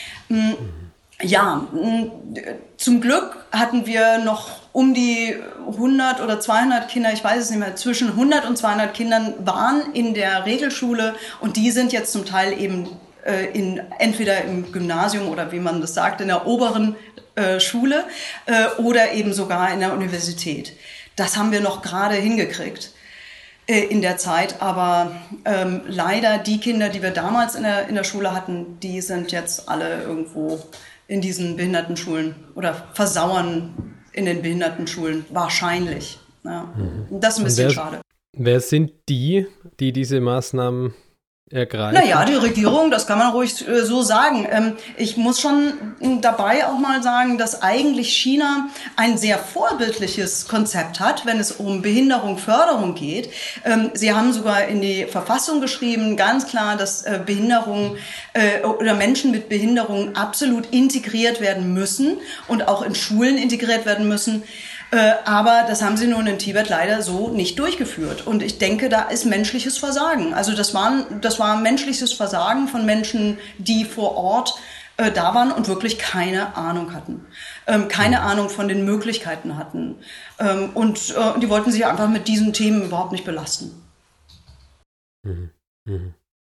Ja, zum Glück hatten wir noch um die hundert oder zweihundert Kinder, ich weiß es nicht mehr, zwischen hundert und zweihundert Kindern waren in der Regelschule und die sind jetzt zum Teil eben äh, in, entweder im Gymnasium oder wie man das sagt, in der oberen äh, Schule äh, oder eben sogar in der Universität. Das haben wir noch gerade hingekriegt äh, in der Zeit, aber ähm, leider die Kinder, die wir damals in der, in der Schule hatten, die sind jetzt alle irgendwo in diesen Behindertenschulen oder versauern in den Behindertenschulen, wahrscheinlich. Ja. Mhm. Das ist ein bisschen wer, schade. Wer sind die, die diese Maßnahmen ergreifen? Naja, die Regierung, das kann man ruhig äh, so sagen. Ähm, ich muss schon dabei auch mal sagen, dass eigentlich China ein sehr vorbildliches Konzept hat, wenn es um Behinderung, Förderung geht. Ähm, sie haben sogar in die Verfassung geschrieben, ganz klar, dass äh, Behinderung äh, oder Menschen mit Behinderung absolut integriert werden müssen und auch in Schulen integriert werden müssen. Äh, aber das haben sie nun in Tibet leider so nicht durchgeführt. Und ich denke, da ist menschliches Versagen. Also das war, das war menschliches Versagen von Menschen, die vor Ort äh, da waren und wirklich keine Ahnung hatten. Ähm, keine Ahnung von den Möglichkeiten hatten. Ähm, und äh, die wollten sich einfach mit diesen Themen überhaupt nicht belasten. Mhm. Mhm.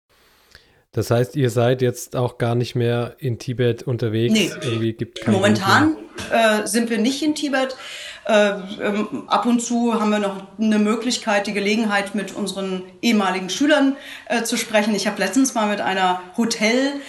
Das heißt, ihr seid jetzt auch gar nicht mehr in Tibet unterwegs? Nee. Irgendwie gibt kein Momentan äh, sind wir nicht in Tibet. Äh, ähm, ab und zu haben wir noch eine Möglichkeit, die Gelegenheit, mit unseren ehemaligen Schülern äh, zu sprechen. Ich habe letztens mal mit einer Hotelwirtin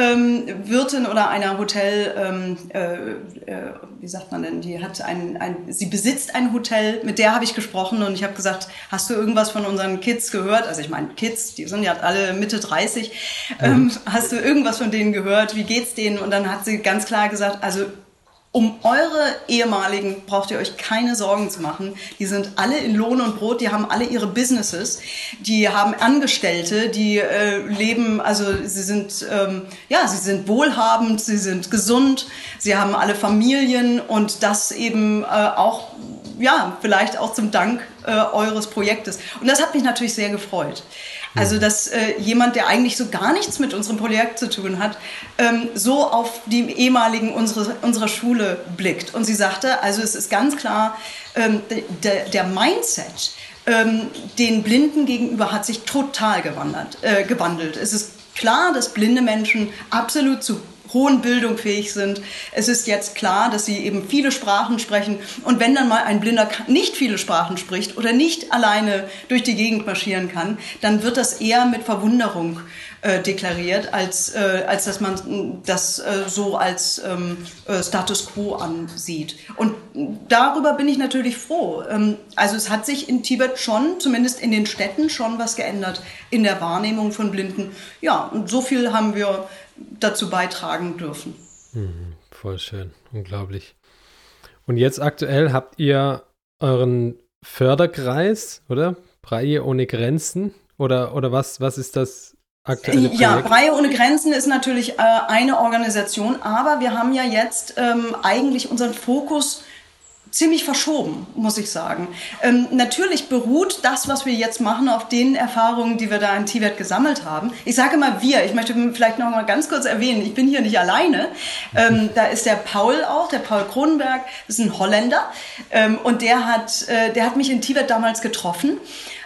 ähm, oder einer Hotel, ähm, äh, äh, wie sagt man denn, die hat ein, ein, sie besitzt ein Hotel, mit der habe ich gesprochen und ich habe gesagt, hast du irgendwas von unseren Kids gehört? Also ich meine, Kids, die sind ja alle Mitte dreißig. Ähm, hast du irgendwas von denen gehört? Wie geht's denen? Und dann hat sie ganz klar gesagt, also um eure ehemaligen braucht ihr euch keine Sorgen zu machen. Die sind alle in Lohn und Brot, die haben alle ihre Businesses, die haben Angestellte, die äh, leben, also sie sind, ähm, ja, sie sind wohlhabend, sie sind gesund, sie haben alle Familien und das eben äh, auch, ja, vielleicht auch zum Dank äh, eures Projektes. Und das hat mich natürlich sehr gefreut. Also, dass äh, jemand, der eigentlich so gar nichts mit unserem Projekt zu tun hat, ähm, so auf die ehemaligen unsere, unserer Schule blickt. Und sie sagte, also es ist ganz klar, ähm, der, der Mindset ähm, den Blinden gegenüber hat sich total gewandert, äh, gewandelt. Es ist klar, dass blinde Menschen absolut zu hohen Bildung fähig sind. Es ist jetzt klar, dass sie eben viele Sprachen sprechen. Und wenn dann mal ein Blinder nicht viele Sprachen spricht oder nicht alleine durch die Gegend marschieren kann, dann wird das eher mit Verwunderung äh, deklariert, als, äh, als dass man das äh, so als ähm, äh, Status quo ansieht. Und darüber bin ich natürlich froh. Ähm, also es hat sich in Tibet schon, zumindest in den Städten, schon was geändert in der Wahrnehmung von Blinden. Ja, und so viel haben wir dazu beitragen dürfen. Mhm, voll schön, unglaublich. Und jetzt aktuell habt ihr euren Förderkreis, oder? Braille ohne Grenzen? Oder, oder was, was ist das aktuelle Projekt? Ja, Braille ohne Grenzen ist natürlich äh, eine Organisation, aber wir haben ja jetzt ähm, eigentlich unseren Fokus ziemlich verschoben, muss ich sagen. Ähm, natürlich beruht das, was wir jetzt machen, auf den Erfahrungen, die wir da in Tibet gesammelt haben. Ich sage mal wir, ich möchte vielleicht noch mal ganz kurz erwähnen, ich bin hier nicht alleine. Ähm, da ist der Paul auch, der Paul Kronenberg, das ist ein Holländer, ähm, und der hat, äh, der hat mich in Tibet damals getroffen.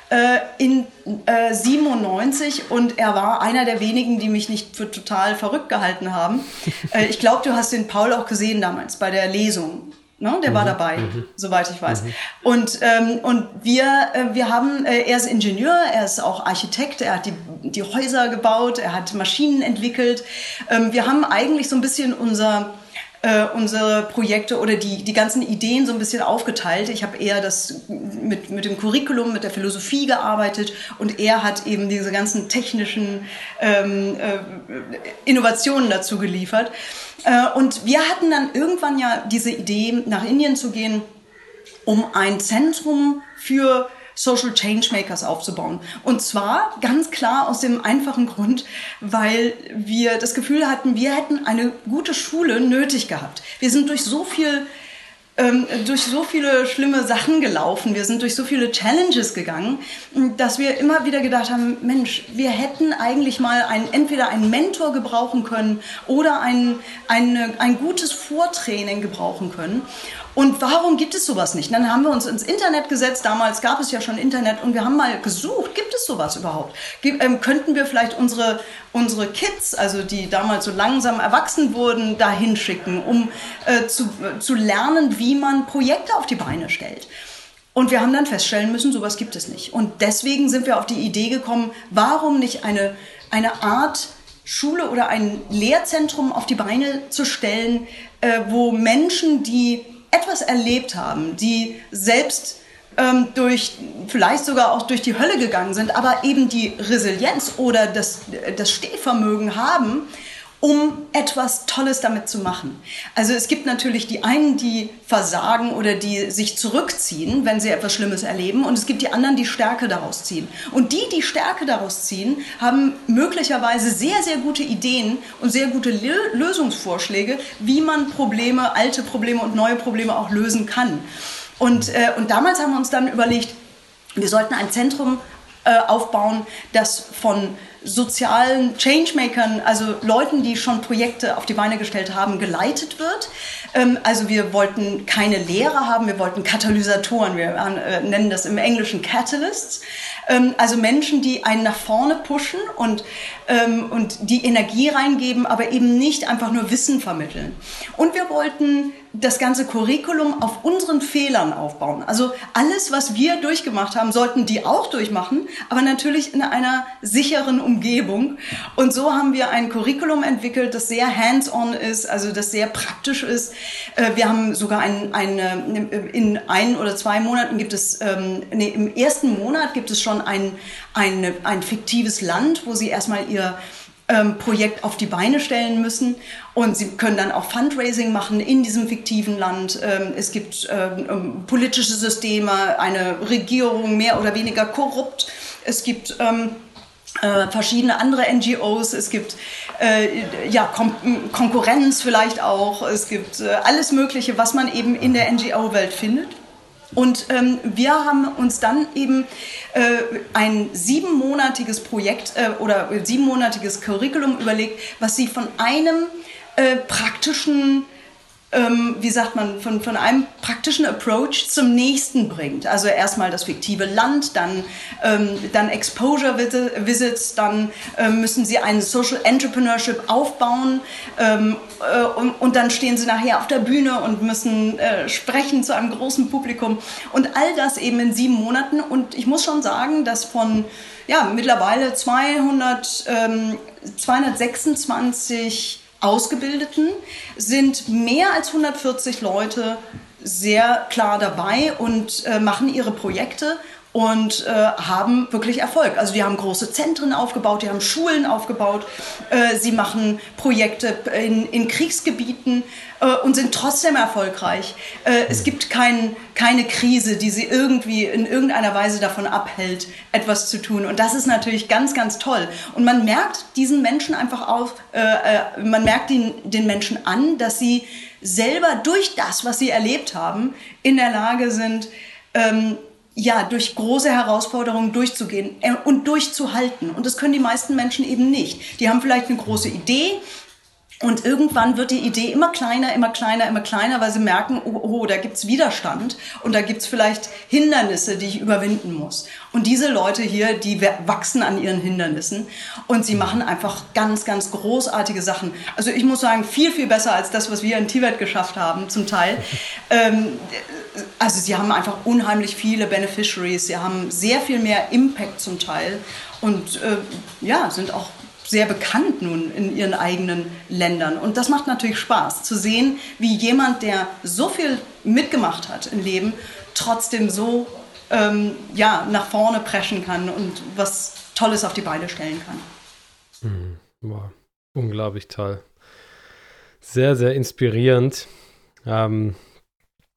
In äh, siebenundneunzig und er war einer der wenigen, die mich nicht für total verrückt gehalten haben. äh, ich glaube, du hast den Paul auch gesehen damals bei der Lesung. Ne? Der mhm, war dabei, mhm. soweit ich weiß. Mhm. Und, ähm, und wir, äh, wir haben, äh, er ist Ingenieur, er ist auch Architekt, er hat die, die Häuser gebaut, er hat Maschinen entwickelt. Ähm, wir haben eigentlich so ein bisschen unser... Äh, unsere Projekte oder die, die ganzen Ideen so ein bisschen aufgeteilt. Ich habe eher das mit, mit dem Curriculum, mit der Philosophie gearbeitet und er hat eben diese ganzen technischen ähm, äh, Innovationen dazu geliefert. Äh, und wir hatten dann irgendwann ja diese Idee, nach Indien zu gehen, um ein Zentrum für Social Changemakers aufzubauen. Und zwar ganz klar aus dem einfachen Grund, weil wir das Gefühl hatten, wir hätten eine gute Schule nötig gehabt. Wir sind durch so viel ähm, durch so viele schlimme Sachen gelaufen, wir sind durch so viele Challenges gegangen, dass wir immer wieder gedacht haben, Mensch, wir hätten eigentlich mal ein, entweder einen Mentor gebrauchen können oder ein, eine, ein gutes Vortraining gebrauchen können. Und warum gibt es sowas nicht? Dann haben wir uns ins Internet gesetzt, damals gab es ja schon Internet, und wir haben mal gesucht, gibt es sowas überhaupt? Gib, ähm, könnten wir vielleicht unsere, unsere Kids, also die damals so langsam erwachsen wurden, dahin schicken, um äh, zu, äh, zu lernen, wie man Projekte auf die Beine stellt? Und wir haben dann feststellen müssen, sowas gibt es nicht. Und deswegen sind wir auf die Idee gekommen, warum nicht eine, eine Art Schule oder ein Lehrzentrum auf die Beine zu stellen, äh, wo Menschen, die etwas erlebt haben, die selbst ähm, durch, vielleicht sogar auch durch die Hölle gegangen sind, aber eben die Resilienz oder das, das Stehvermögen haben, um etwas Tolles damit zu machen. Also es gibt natürlich die einen, die versagen oder die sich zurückziehen, wenn sie etwas Schlimmes erleben, und es gibt die anderen, die Stärke daraus ziehen. Und die, die Stärke daraus ziehen, haben möglicherweise sehr, sehr gute Ideen und sehr gute Lö- Lösungsvorschläge, wie man Probleme, alte Probleme und neue Probleme auch lösen kann. Und, äh, und damals haben wir uns dann überlegt, wir sollten ein Zentrum äh, aufbauen, das von sozialen Changemakern, also Leuten, die schon Projekte auf die Beine gestellt haben, geleitet wird. Ähm, also wir wollten keine Lehrer haben, wir wollten Katalysatoren, wir äh, nennen das im Englischen Catalysts. Ähm, also Menschen, die einen nach vorne pushen und, ähm, und die Energie reingeben, aber eben nicht einfach nur Wissen vermitteln. Und wir wollten das ganze Curriculum auf unseren Fehlern aufbauen. Also alles, was wir durchgemacht haben, sollten die auch durchmachen, aber natürlich in einer sicheren Umgebung. Und so haben wir ein Curriculum entwickelt, das sehr hands-on ist, also das sehr praktisch ist. Wir haben sogar ein, eine, in ein oder zwei Monaten gibt es, nee, im ersten Monat gibt es schon ein, ein, ein fiktives Land, wo sie erstmal ihr Ähm, Projekt auf die Beine stellen müssen, und sie können dann auch Fundraising machen in diesem fiktiven Land. Ähm, es gibt ähm, politische Systeme, eine Regierung mehr oder weniger korrupt. Es gibt ähm, äh, verschiedene andere N G Os, es gibt äh, ja, Kon- Konkurrenz vielleicht auch, es gibt äh, alles Mögliche, was man eben in der N G O-Welt findet. Und ähm, wir haben uns dann eben äh, ein siebenmonatiges Projekt äh, oder siebenmonatiges Curriculum überlegt, was sie von einem äh, praktischen, ähm, wie sagt man, von, von einem praktischen Approach zum nächsten bringt. Also erstmal das fiktive Land, dann, ähm, dann Exposure Visits, dann äh, müssen sie ein Social Entrepreneurship aufbauen, ähm, äh, und, und dann stehen sie nachher auf der Bühne und müssen äh, sprechen zu einem großen Publikum, und all das eben in sieben Monaten. Und ich muss schon sagen, dass von ja, mittlerweile zweihundert, ähm, zweihundertsechsundzwanzig Ausgebildeten sind mehr als hundertvierzig Leute sehr klar dabei und äh, machen ihre Projekte und äh, haben wirklich Erfolg. Also die haben große Zentren aufgebaut, die haben Schulen aufgebaut, äh, sie machen Projekte in, in Kriegsgebieten äh, und sind trotzdem erfolgreich. Äh, es gibt kein, keine Krise, die sie irgendwie in irgendeiner Weise davon abhält, etwas zu tun. Und das ist natürlich ganz, ganz toll. Und man merkt diesen Menschen einfach auf, äh, äh, man merkt den, den Menschen an, dass sie selber durch das, was sie erlebt haben, in der Lage sind, ähm, ja, durch große Herausforderungen durchzugehen und durchzuhalten. Und das können die meisten Menschen eben nicht. Die haben vielleicht eine große Idee, und irgendwann wird die Idee immer kleiner, immer kleiner, immer kleiner, weil sie merken, oh, oh da gibt's Widerstand und da gibt's vielleicht Hindernisse, die ich überwinden muss. Und diese Leute hier, die wachsen an ihren Hindernissen und sie machen einfach ganz, ganz großartige Sachen. Also ich muss sagen, viel, viel besser als das, was wir in Tibet geschafft haben, zum Teil. Ähm, also sie haben einfach unheimlich viele Beneficiaries, sie haben sehr viel mehr Impact zum Teil und äh, ja, sind auch sehr bekannt nun in ihren eigenen Ländern. Und das macht natürlich Spaß, zu sehen, wie jemand, der so viel mitgemacht hat im Leben, trotzdem so ähm, ja, nach vorne preschen kann und was Tolles auf die Beine stellen kann. Hm, wow, unglaublich toll. Sehr, sehr inspirierend. Ähm,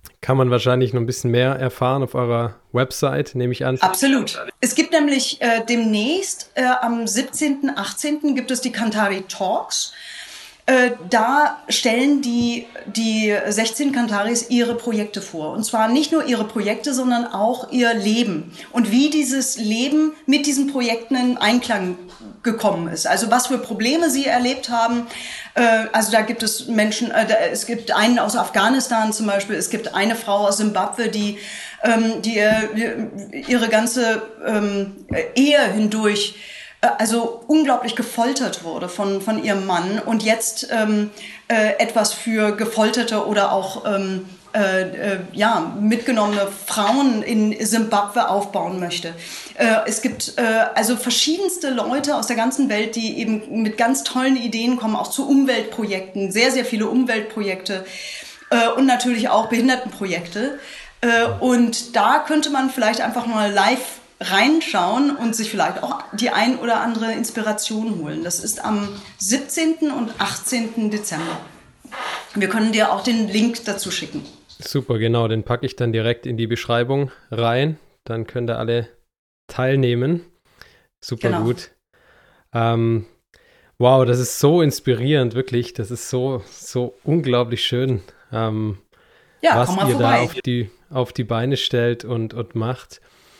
Kann man wahrscheinlich noch ein bisschen mehr erfahren auf eurer Website, nehme ich an. Absolut. Es gibt nämlich äh, demnächst, äh, am siebzehnten, achtzehnten gibt es die Kantari Talks. Äh, da stellen die, die sechzehn Kantaris ihre Projekte vor. Und zwar nicht nur ihre Projekte, sondern auch ihr Leben. Und wie dieses Leben mit diesen Projekten in Einklang gekommen ist. Also was für Probleme sie erlebt haben. Äh, also da gibt es Menschen, äh, da, es gibt einen aus Afghanistan zum Beispiel, es gibt eine Frau aus Simbabwe, die, ähm, die äh, ihre ganze ähm, Ehe hindurch also unglaublich gefoltert wurde von von ihrem Mann und jetzt ähm, äh, etwas für gefolterte oder auch ähm, äh, äh, ja mitgenommene Frauen in Simbabwe aufbauen möchte. Äh, es gibt äh, also verschiedenste Leute aus der ganzen Welt, die eben mit ganz tollen Ideen kommen, auch zu Umweltprojekten, sehr, sehr viele Umweltprojekte äh, und natürlich auch Behindertenprojekte. Äh, und da könnte man vielleicht einfach mal live reinschauen und sich vielleicht auch die ein oder andere Inspiration holen. Das ist am siebzehnten und achtzehnten Dezember. Wir können dir auch den Link dazu schicken. Super, genau, den packe ich dann direkt in die Beschreibung rein. Dann können da alle teilnehmen. Super genau. Gut. Ähm, wow, das ist so inspirierend, wirklich. Das ist so, so unglaublich schön, ähm, ja, was ihr vorbei. da auf die, auf die Beine stellt und, und macht.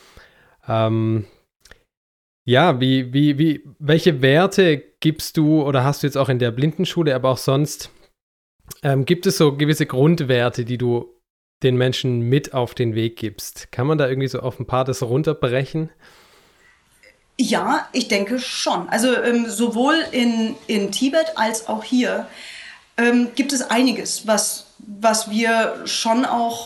Ähm, ja, wie, wie, wie, welche Werte gibst du oder hast du jetzt auch in der Blindenschule, aber auch sonst, ähm, gibt es so gewisse Grundwerte, die du den Menschen mit auf den Weg gibst? Kann man da irgendwie so auf ein paar das runterbrechen? Ja, ich denke schon. Also ähm, sowohl in, in Tibet als auch hier ähm, gibt es einiges, was, was wir schon auch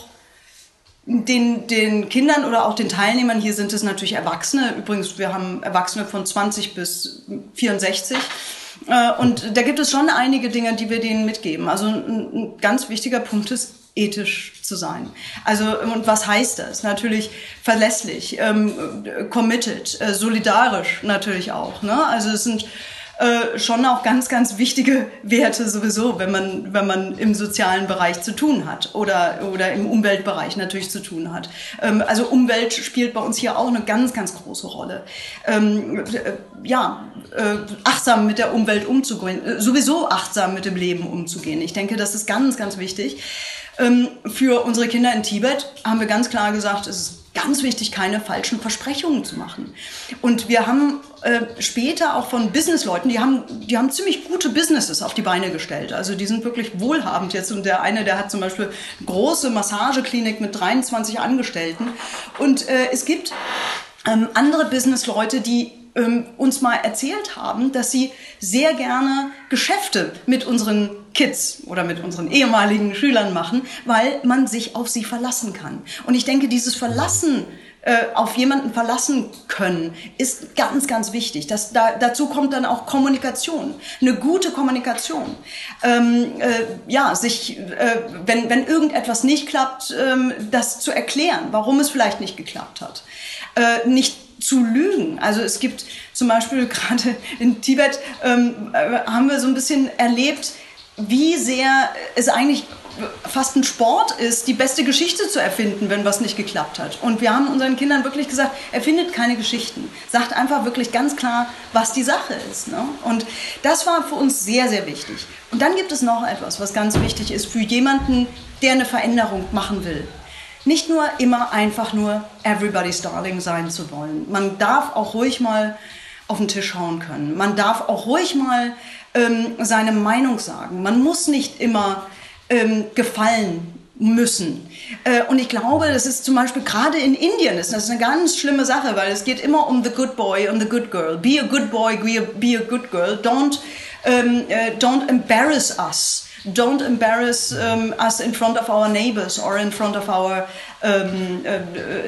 Den, den Kindern oder auch den Teilnehmern, hier sind es natürlich Erwachsene, übrigens wir haben Erwachsene von zwanzig bis vierundsechzig äh, und da gibt es schon einige Dinge, die wir denen mitgeben. Also ein, ein ganz wichtiger Punkt ist, ethisch zu sein. Also und was heißt das? Natürlich verlässlich, ähm, committed, äh, solidarisch natürlich auch. Ne? Also es sind Äh, schon auch ganz, ganz wichtige Werte sowieso, wenn man, wenn man im sozialen Bereich zu tun hat oder, oder im Umweltbereich natürlich zu tun hat. Ähm, also Umwelt spielt bei uns hier auch eine ganz, ganz große Rolle. Ähm, äh, ja, äh, achtsam mit der Umwelt umzugehen, äh, sowieso achtsam mit dem Leben umzugehen. Ich denke, das ist ganz, ganz wichtig. Ähm, für unsere Kinder in Tibet haben wir ganz klar gesagt, es ist ganz wichtig, keine falschen Versprechungen zu machen. Und wir haben äh, später auch von Businessleuten, die haben, die haben ziemlich gute Businesses auf die Beine gestellt. Also die sind wirklich wohlhabend jetzt. Und der eine, der hat zum Beispiel eine große Massageklinik mit dreiundzwanzig Angestellten. Und äh, es gibt ähm, andere Businessleute, die ähm, uns mal erzählt haben, dass sie sehr gerne Geschäfte mit unseren Kids oder mit unseren ehemaligen Schülern machen, weil man sich auf sie verlassen kann. Und ich denke, dieses Verlassen, äh, auf jemanden verlassen können, ist ganz, ganz wichtig. Das, da, dazu kommt dann auch Kommunikation, eine gute Kommunikation. Ähm, äh, ja, sich, äh, wenn, wenn irgendetwas nicht klappt, ähm, das zu erklären, warum es vielleicht nicht geklappt hat. Äh, nicht zu lügen. Also es gibt zum Beispiel gerade in Tibet, ähm, äh, haben wir so ein bisschen erlebt, wie sehr es eigentlich fast ein Sport ist, die beste Geschichte zu erfinden, wenn was nicht geklappt hat. Und wir haben unseren Kindern wirklich gesagt, erfindet keine Geschichten. Sagt einfach wirklich ganz klar, was die Sache ist. Ne? Und das war für uns sehr, sehr wichtig. Und dann gibt es noch etwas, was ganz wichtig ist für jemanden, der eine Veränderung machen will. Nicht nur immer einfach nur everybody's darling sein zu wollen. Man darf auch ruhig mal auf den Tisch hauen können. Man darf auch ruhig mal ähm, seine Meinung sagen. Man muss nicht immer ähm, gefallen müssen. Äh, und ich glaube, das ist zum Beispiel gerade in Indien ist das eine ganz schlimme Sache, weil es geht immer um the good boy und the good girl. Be a good boy, be a, be a good girl. Don't, ähm, uh, don't embarrass us. Don't embarrass um, us in front of our neighbors or in front of our um, uh,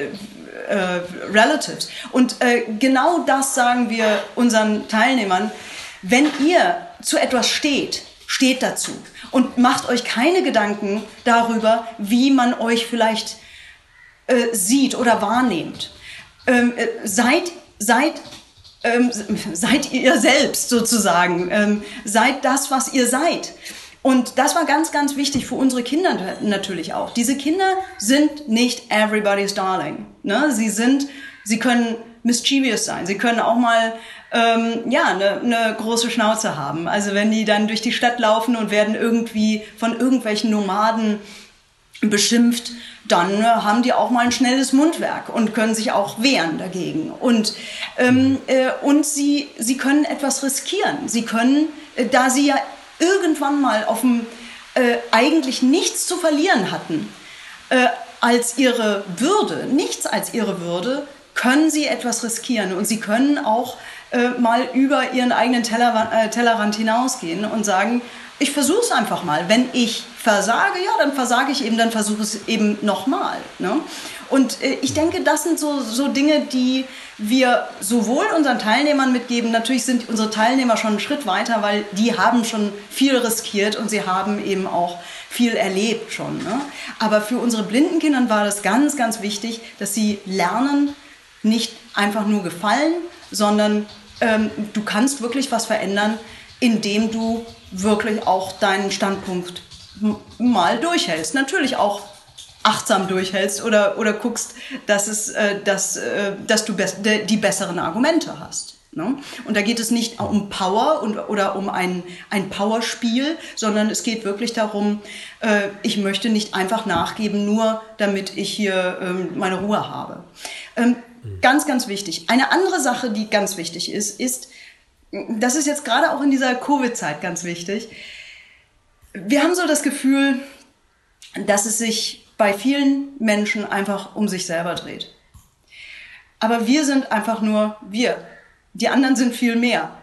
uh, relatives. Und uh, genau das sagen wir unseren Teilnehmern. Wenn ihr zu etwas steht, steht dazu und macht euch keine Gedanken darüber, wie man euch vielleicht äh, sieht oder wahrnehmt. Ähm, äh, seid, seid, ähm, seid ihr selbst sozusagen. Ähm, seid das, was ihr seid. Und das war ganz, ganz wichtig für unsere Kinder natürlich auch. Diese Kinder sind nicht everybody's darling. Ne? Sie sind, sie können mischievous sein. Sie können auch mal ähm, ja eine ne große Schnauze haben. Also wenn die dann durch die Stadt laufen und werden irgendwie von irgendwelchen Nomaden beschimpft, dann äh, haben die auch mal ein schnelles Mundwerk und können sich auch wehren dagegen. Und ähm, äh, und sie sie können etwas riskieren. Sie können, äh, da sie ja irgendwann mal auf dem äh, eigentlich nichts zu verlieren hatten, äh, als ihre Würde, nichts als ihre Würde, können sie etwas riskieren. Und sie können auch äh, mal über ihren eigenen Teller, äh, Tellerrand hinausgehen und sagen, ich versuche es einfach mal. Wenn ich versage, ja, dann versage ich eben, dann versuche es eben nochmal. Ne? Und äh, ich denke, das sind so, so Dinge, die wir sowohl unseren Teilnehmern mitgeben. Natürlich sind unsere Teilnehmer schon einen Schritt weiter, weil die haben schon viel riskiert und sie haben eben auch viel erlebt schon. Ne? Aber für unsere blinden Kinder war das ganz, ganz wichtig, dass sie lernen, nicht einfach nur gefallen, sondern ähm, du kannst wirklich was verändern, indem du wirklich auch deinen Standpunkt m- mal durchhältst. Natürlich auch achtsam durchhältst oder, oder guckst, dass, es, äh, dass, äh, dass du best- de- die besseren Argumente hast. Ne? Und da geht es nicht um Power und, oder um ein, ein Powerspiel, sondern es geht wirklich darum, äh, ich möchte nicht einfach nachgeben, nur damit ich hier ähm, meine Ruhe habe. Ähm, ganz, ganz wichtig. Eine andere Sache, die ganz wichtig ist, ist, das ist jetzt gerade auch in dieser Covid-Zeit ganz wichtig. Wir haben so das Gefühl, dass es sich bei vielen Menschen einfach um sich selber dreht. Aber wir sind einfach nur wir. Die anderen sind viel mehr.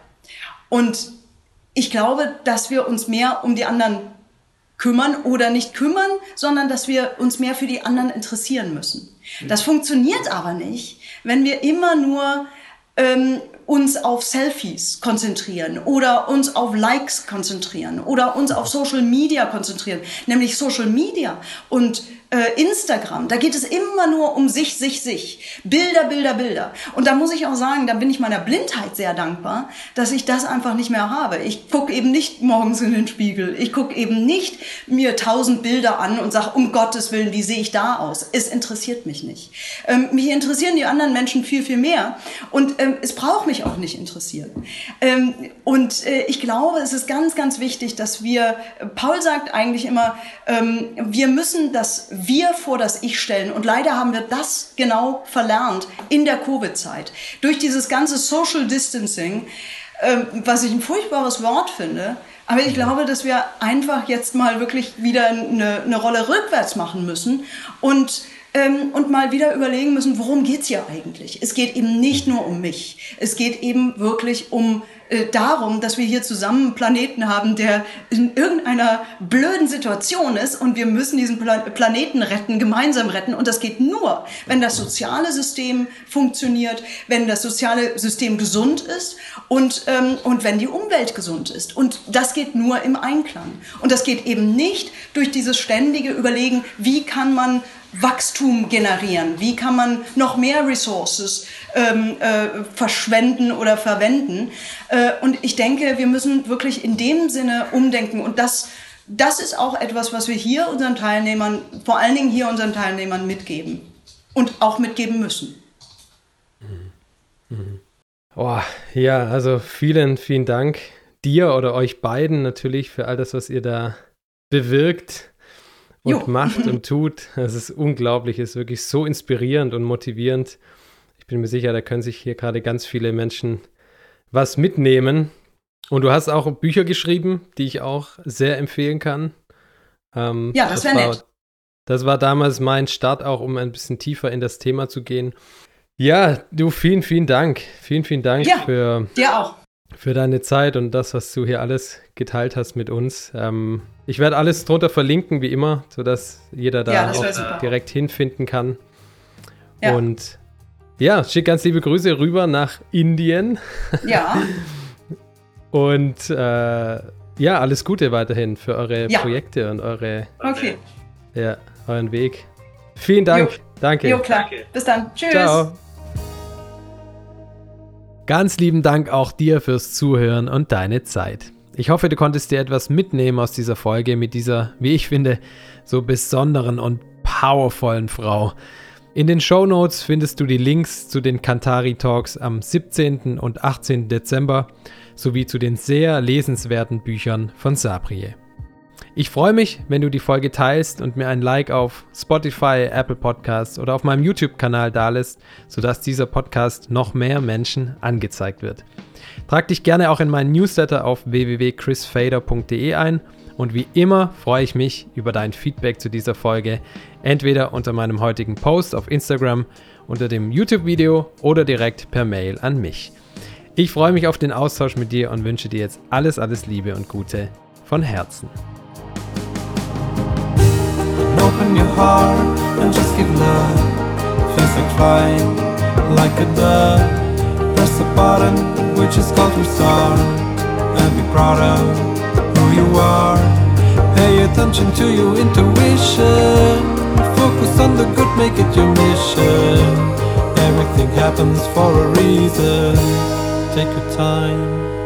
Und ich glaube, dass wir uns mehr um die anderen kümmern oder nicht kümmern, sondern dass wir uns mehr für die anderen interessieren müssen. Das funktioniert aber nicht, wenn wir immer nur ähm, uns auf Selfies konzentrieren oder uns auf Likes konzentrieren oder uns auf Social Media konzentrieren. Nämlich Social Media und äh, Instagram, da geht es immer nur um sich, sich, sich. Bilder, Bilder, Bilder. Und da muss ich auch sagen, da bin ich meiner Blindheit sehr dankbar, dass ich das einfach nicht mehr habe. Ich gucke eben nicht morgens in den Spiegel. Ich gucke eben nicht mir tausend Bilder an und sage, um Gottes Willen, wie sehe ich da aus? Es interessiert mich nicht. Ähm, mich interessieren die anderen Menschen viel, viel mehr. Und ähm, es braucht mich auch nicht interessieren. Ähm, und äh, ich glaube, es ist ganz, ganz wichtig, dass wir, Paul sagt eigentlich immer, ähm, wir müssen das Wir vor das Ich stellen. Und leider haben wir das genau verlernt in der Covid-Zeit. Durch dieses ganze Social Distancing, ähm, was ich ein furchtbares Wort finde, aber ich glaube, dass wir einfach jetzt mal wirklich wieder eine, eine Rolle rückwärts machen müssen und Ähm, und mal wieder überlegen müssen, worum geht's hier eigentlich? Es geht eben nicht nur um mich. Es geht eben wirklich um äh, darum, dass wir hier zusammen einen Planeten haben, der in irgendeiner blöden Situation ist und wir müssen diesen Pla- Planeten retten, gemeinsam retten. Und das geht nur, wenn das soziale System funktioniert, wenn das soziale System gesund ist und, ähm, und wenn die Umwelt gesund ist. Und das geht nur im Einklang. Und das geht eben nicht durch dieses ständige Überlegen, wie kann man Wachstum generieren? Wie kann man noch mehr Ressources ähm, äh, verschwenden oder verwenden? Äh, und ich denke, wir müssen wirklich in dem Sinne umdenken. Und das, das ist auch etwas, was wir hier unseren Teilnehmern, vor allen Dingen hier unseren Teilnehmern mitgeben und auch mitgeben müssen. Oh, ja, also vielen, vielen Dank dir oder euch beiden natürlich für all das, was ihr da bewirkt und jo. macht und tut. Es ist unglaublich, es ist wirklich so inspirierend und motivierend. Ich bin mir sicher, da können sich hier gerade ganz viele Menschen was mitnehmen. Und du hast auch Bücher geschrieben, die ich auch sehr empfehlen kann. Ähm, ja, das wäre nett. Das war damals mein Start auch, um ein bisschen tiefer in das Thema zu gehen. Ja, du, vielen, vielen Dank. Vielen, vielen Dank ja, für, dir auch. für deine Zeit und das, was du hier alles geteilt hast mit uns. Ähm, ich werde alles drunter verlinken, wie immer, sodass jeder da ja, auch direkt hinfinden kann. Ja. Und ja, schick ganz liebe Grüße rüber nach Indien. Ja. Und äh, ja, alles Gute weiterhin für eure ja. Projekte und eure, okay. ja, euren Weg. Vielen Dank. Jo. Danke. Jo, klar. Bis dann. Tschüss. Ciao. Ganz lieben Dank auch dir fürs Zuhören und deine Zeit. Ich hoffe, du konntest dir etwas mitnehmen aus dieser Folge mit dieser, wie ich finde, so besonderen und powervollen Frau. In den Shownotes findest du die Links zu den Kantari Talks am siebzehnten und achtzehnten Dezember sowie zu den sehr lesenswerten Büchern von Sabriye. Ich freue mich, wenn du die Folge teilst und mir ein Like auf Spotify, Apple Podcasts oder auf meinem YouTube-Kanal dalässt, sodass dieser Podcast noch mehr Menschen angezeigt wird. Trag dich gerne auch in meinen Newsletter auf w w w punkt chris fader punkt d e ein und wie immer freue ich mich über dein Feedback zu dieser Folge, entweder unter meinem heutigen Post auf Instagram, unter dem YouTube-Video oder direkt per Mail an mich. Ich freue mich auf den Austausch mit dir und wünsche dir jetzt alles, alles Liebe und Gute von Herzen. Open your heart and just give love. Feels like flying, like a dove. Press the button which is called restart, and be proud of who you are. Pay attention to your intuition. Focus on the good, make it your mission. Everything happens for a reason. Take your time.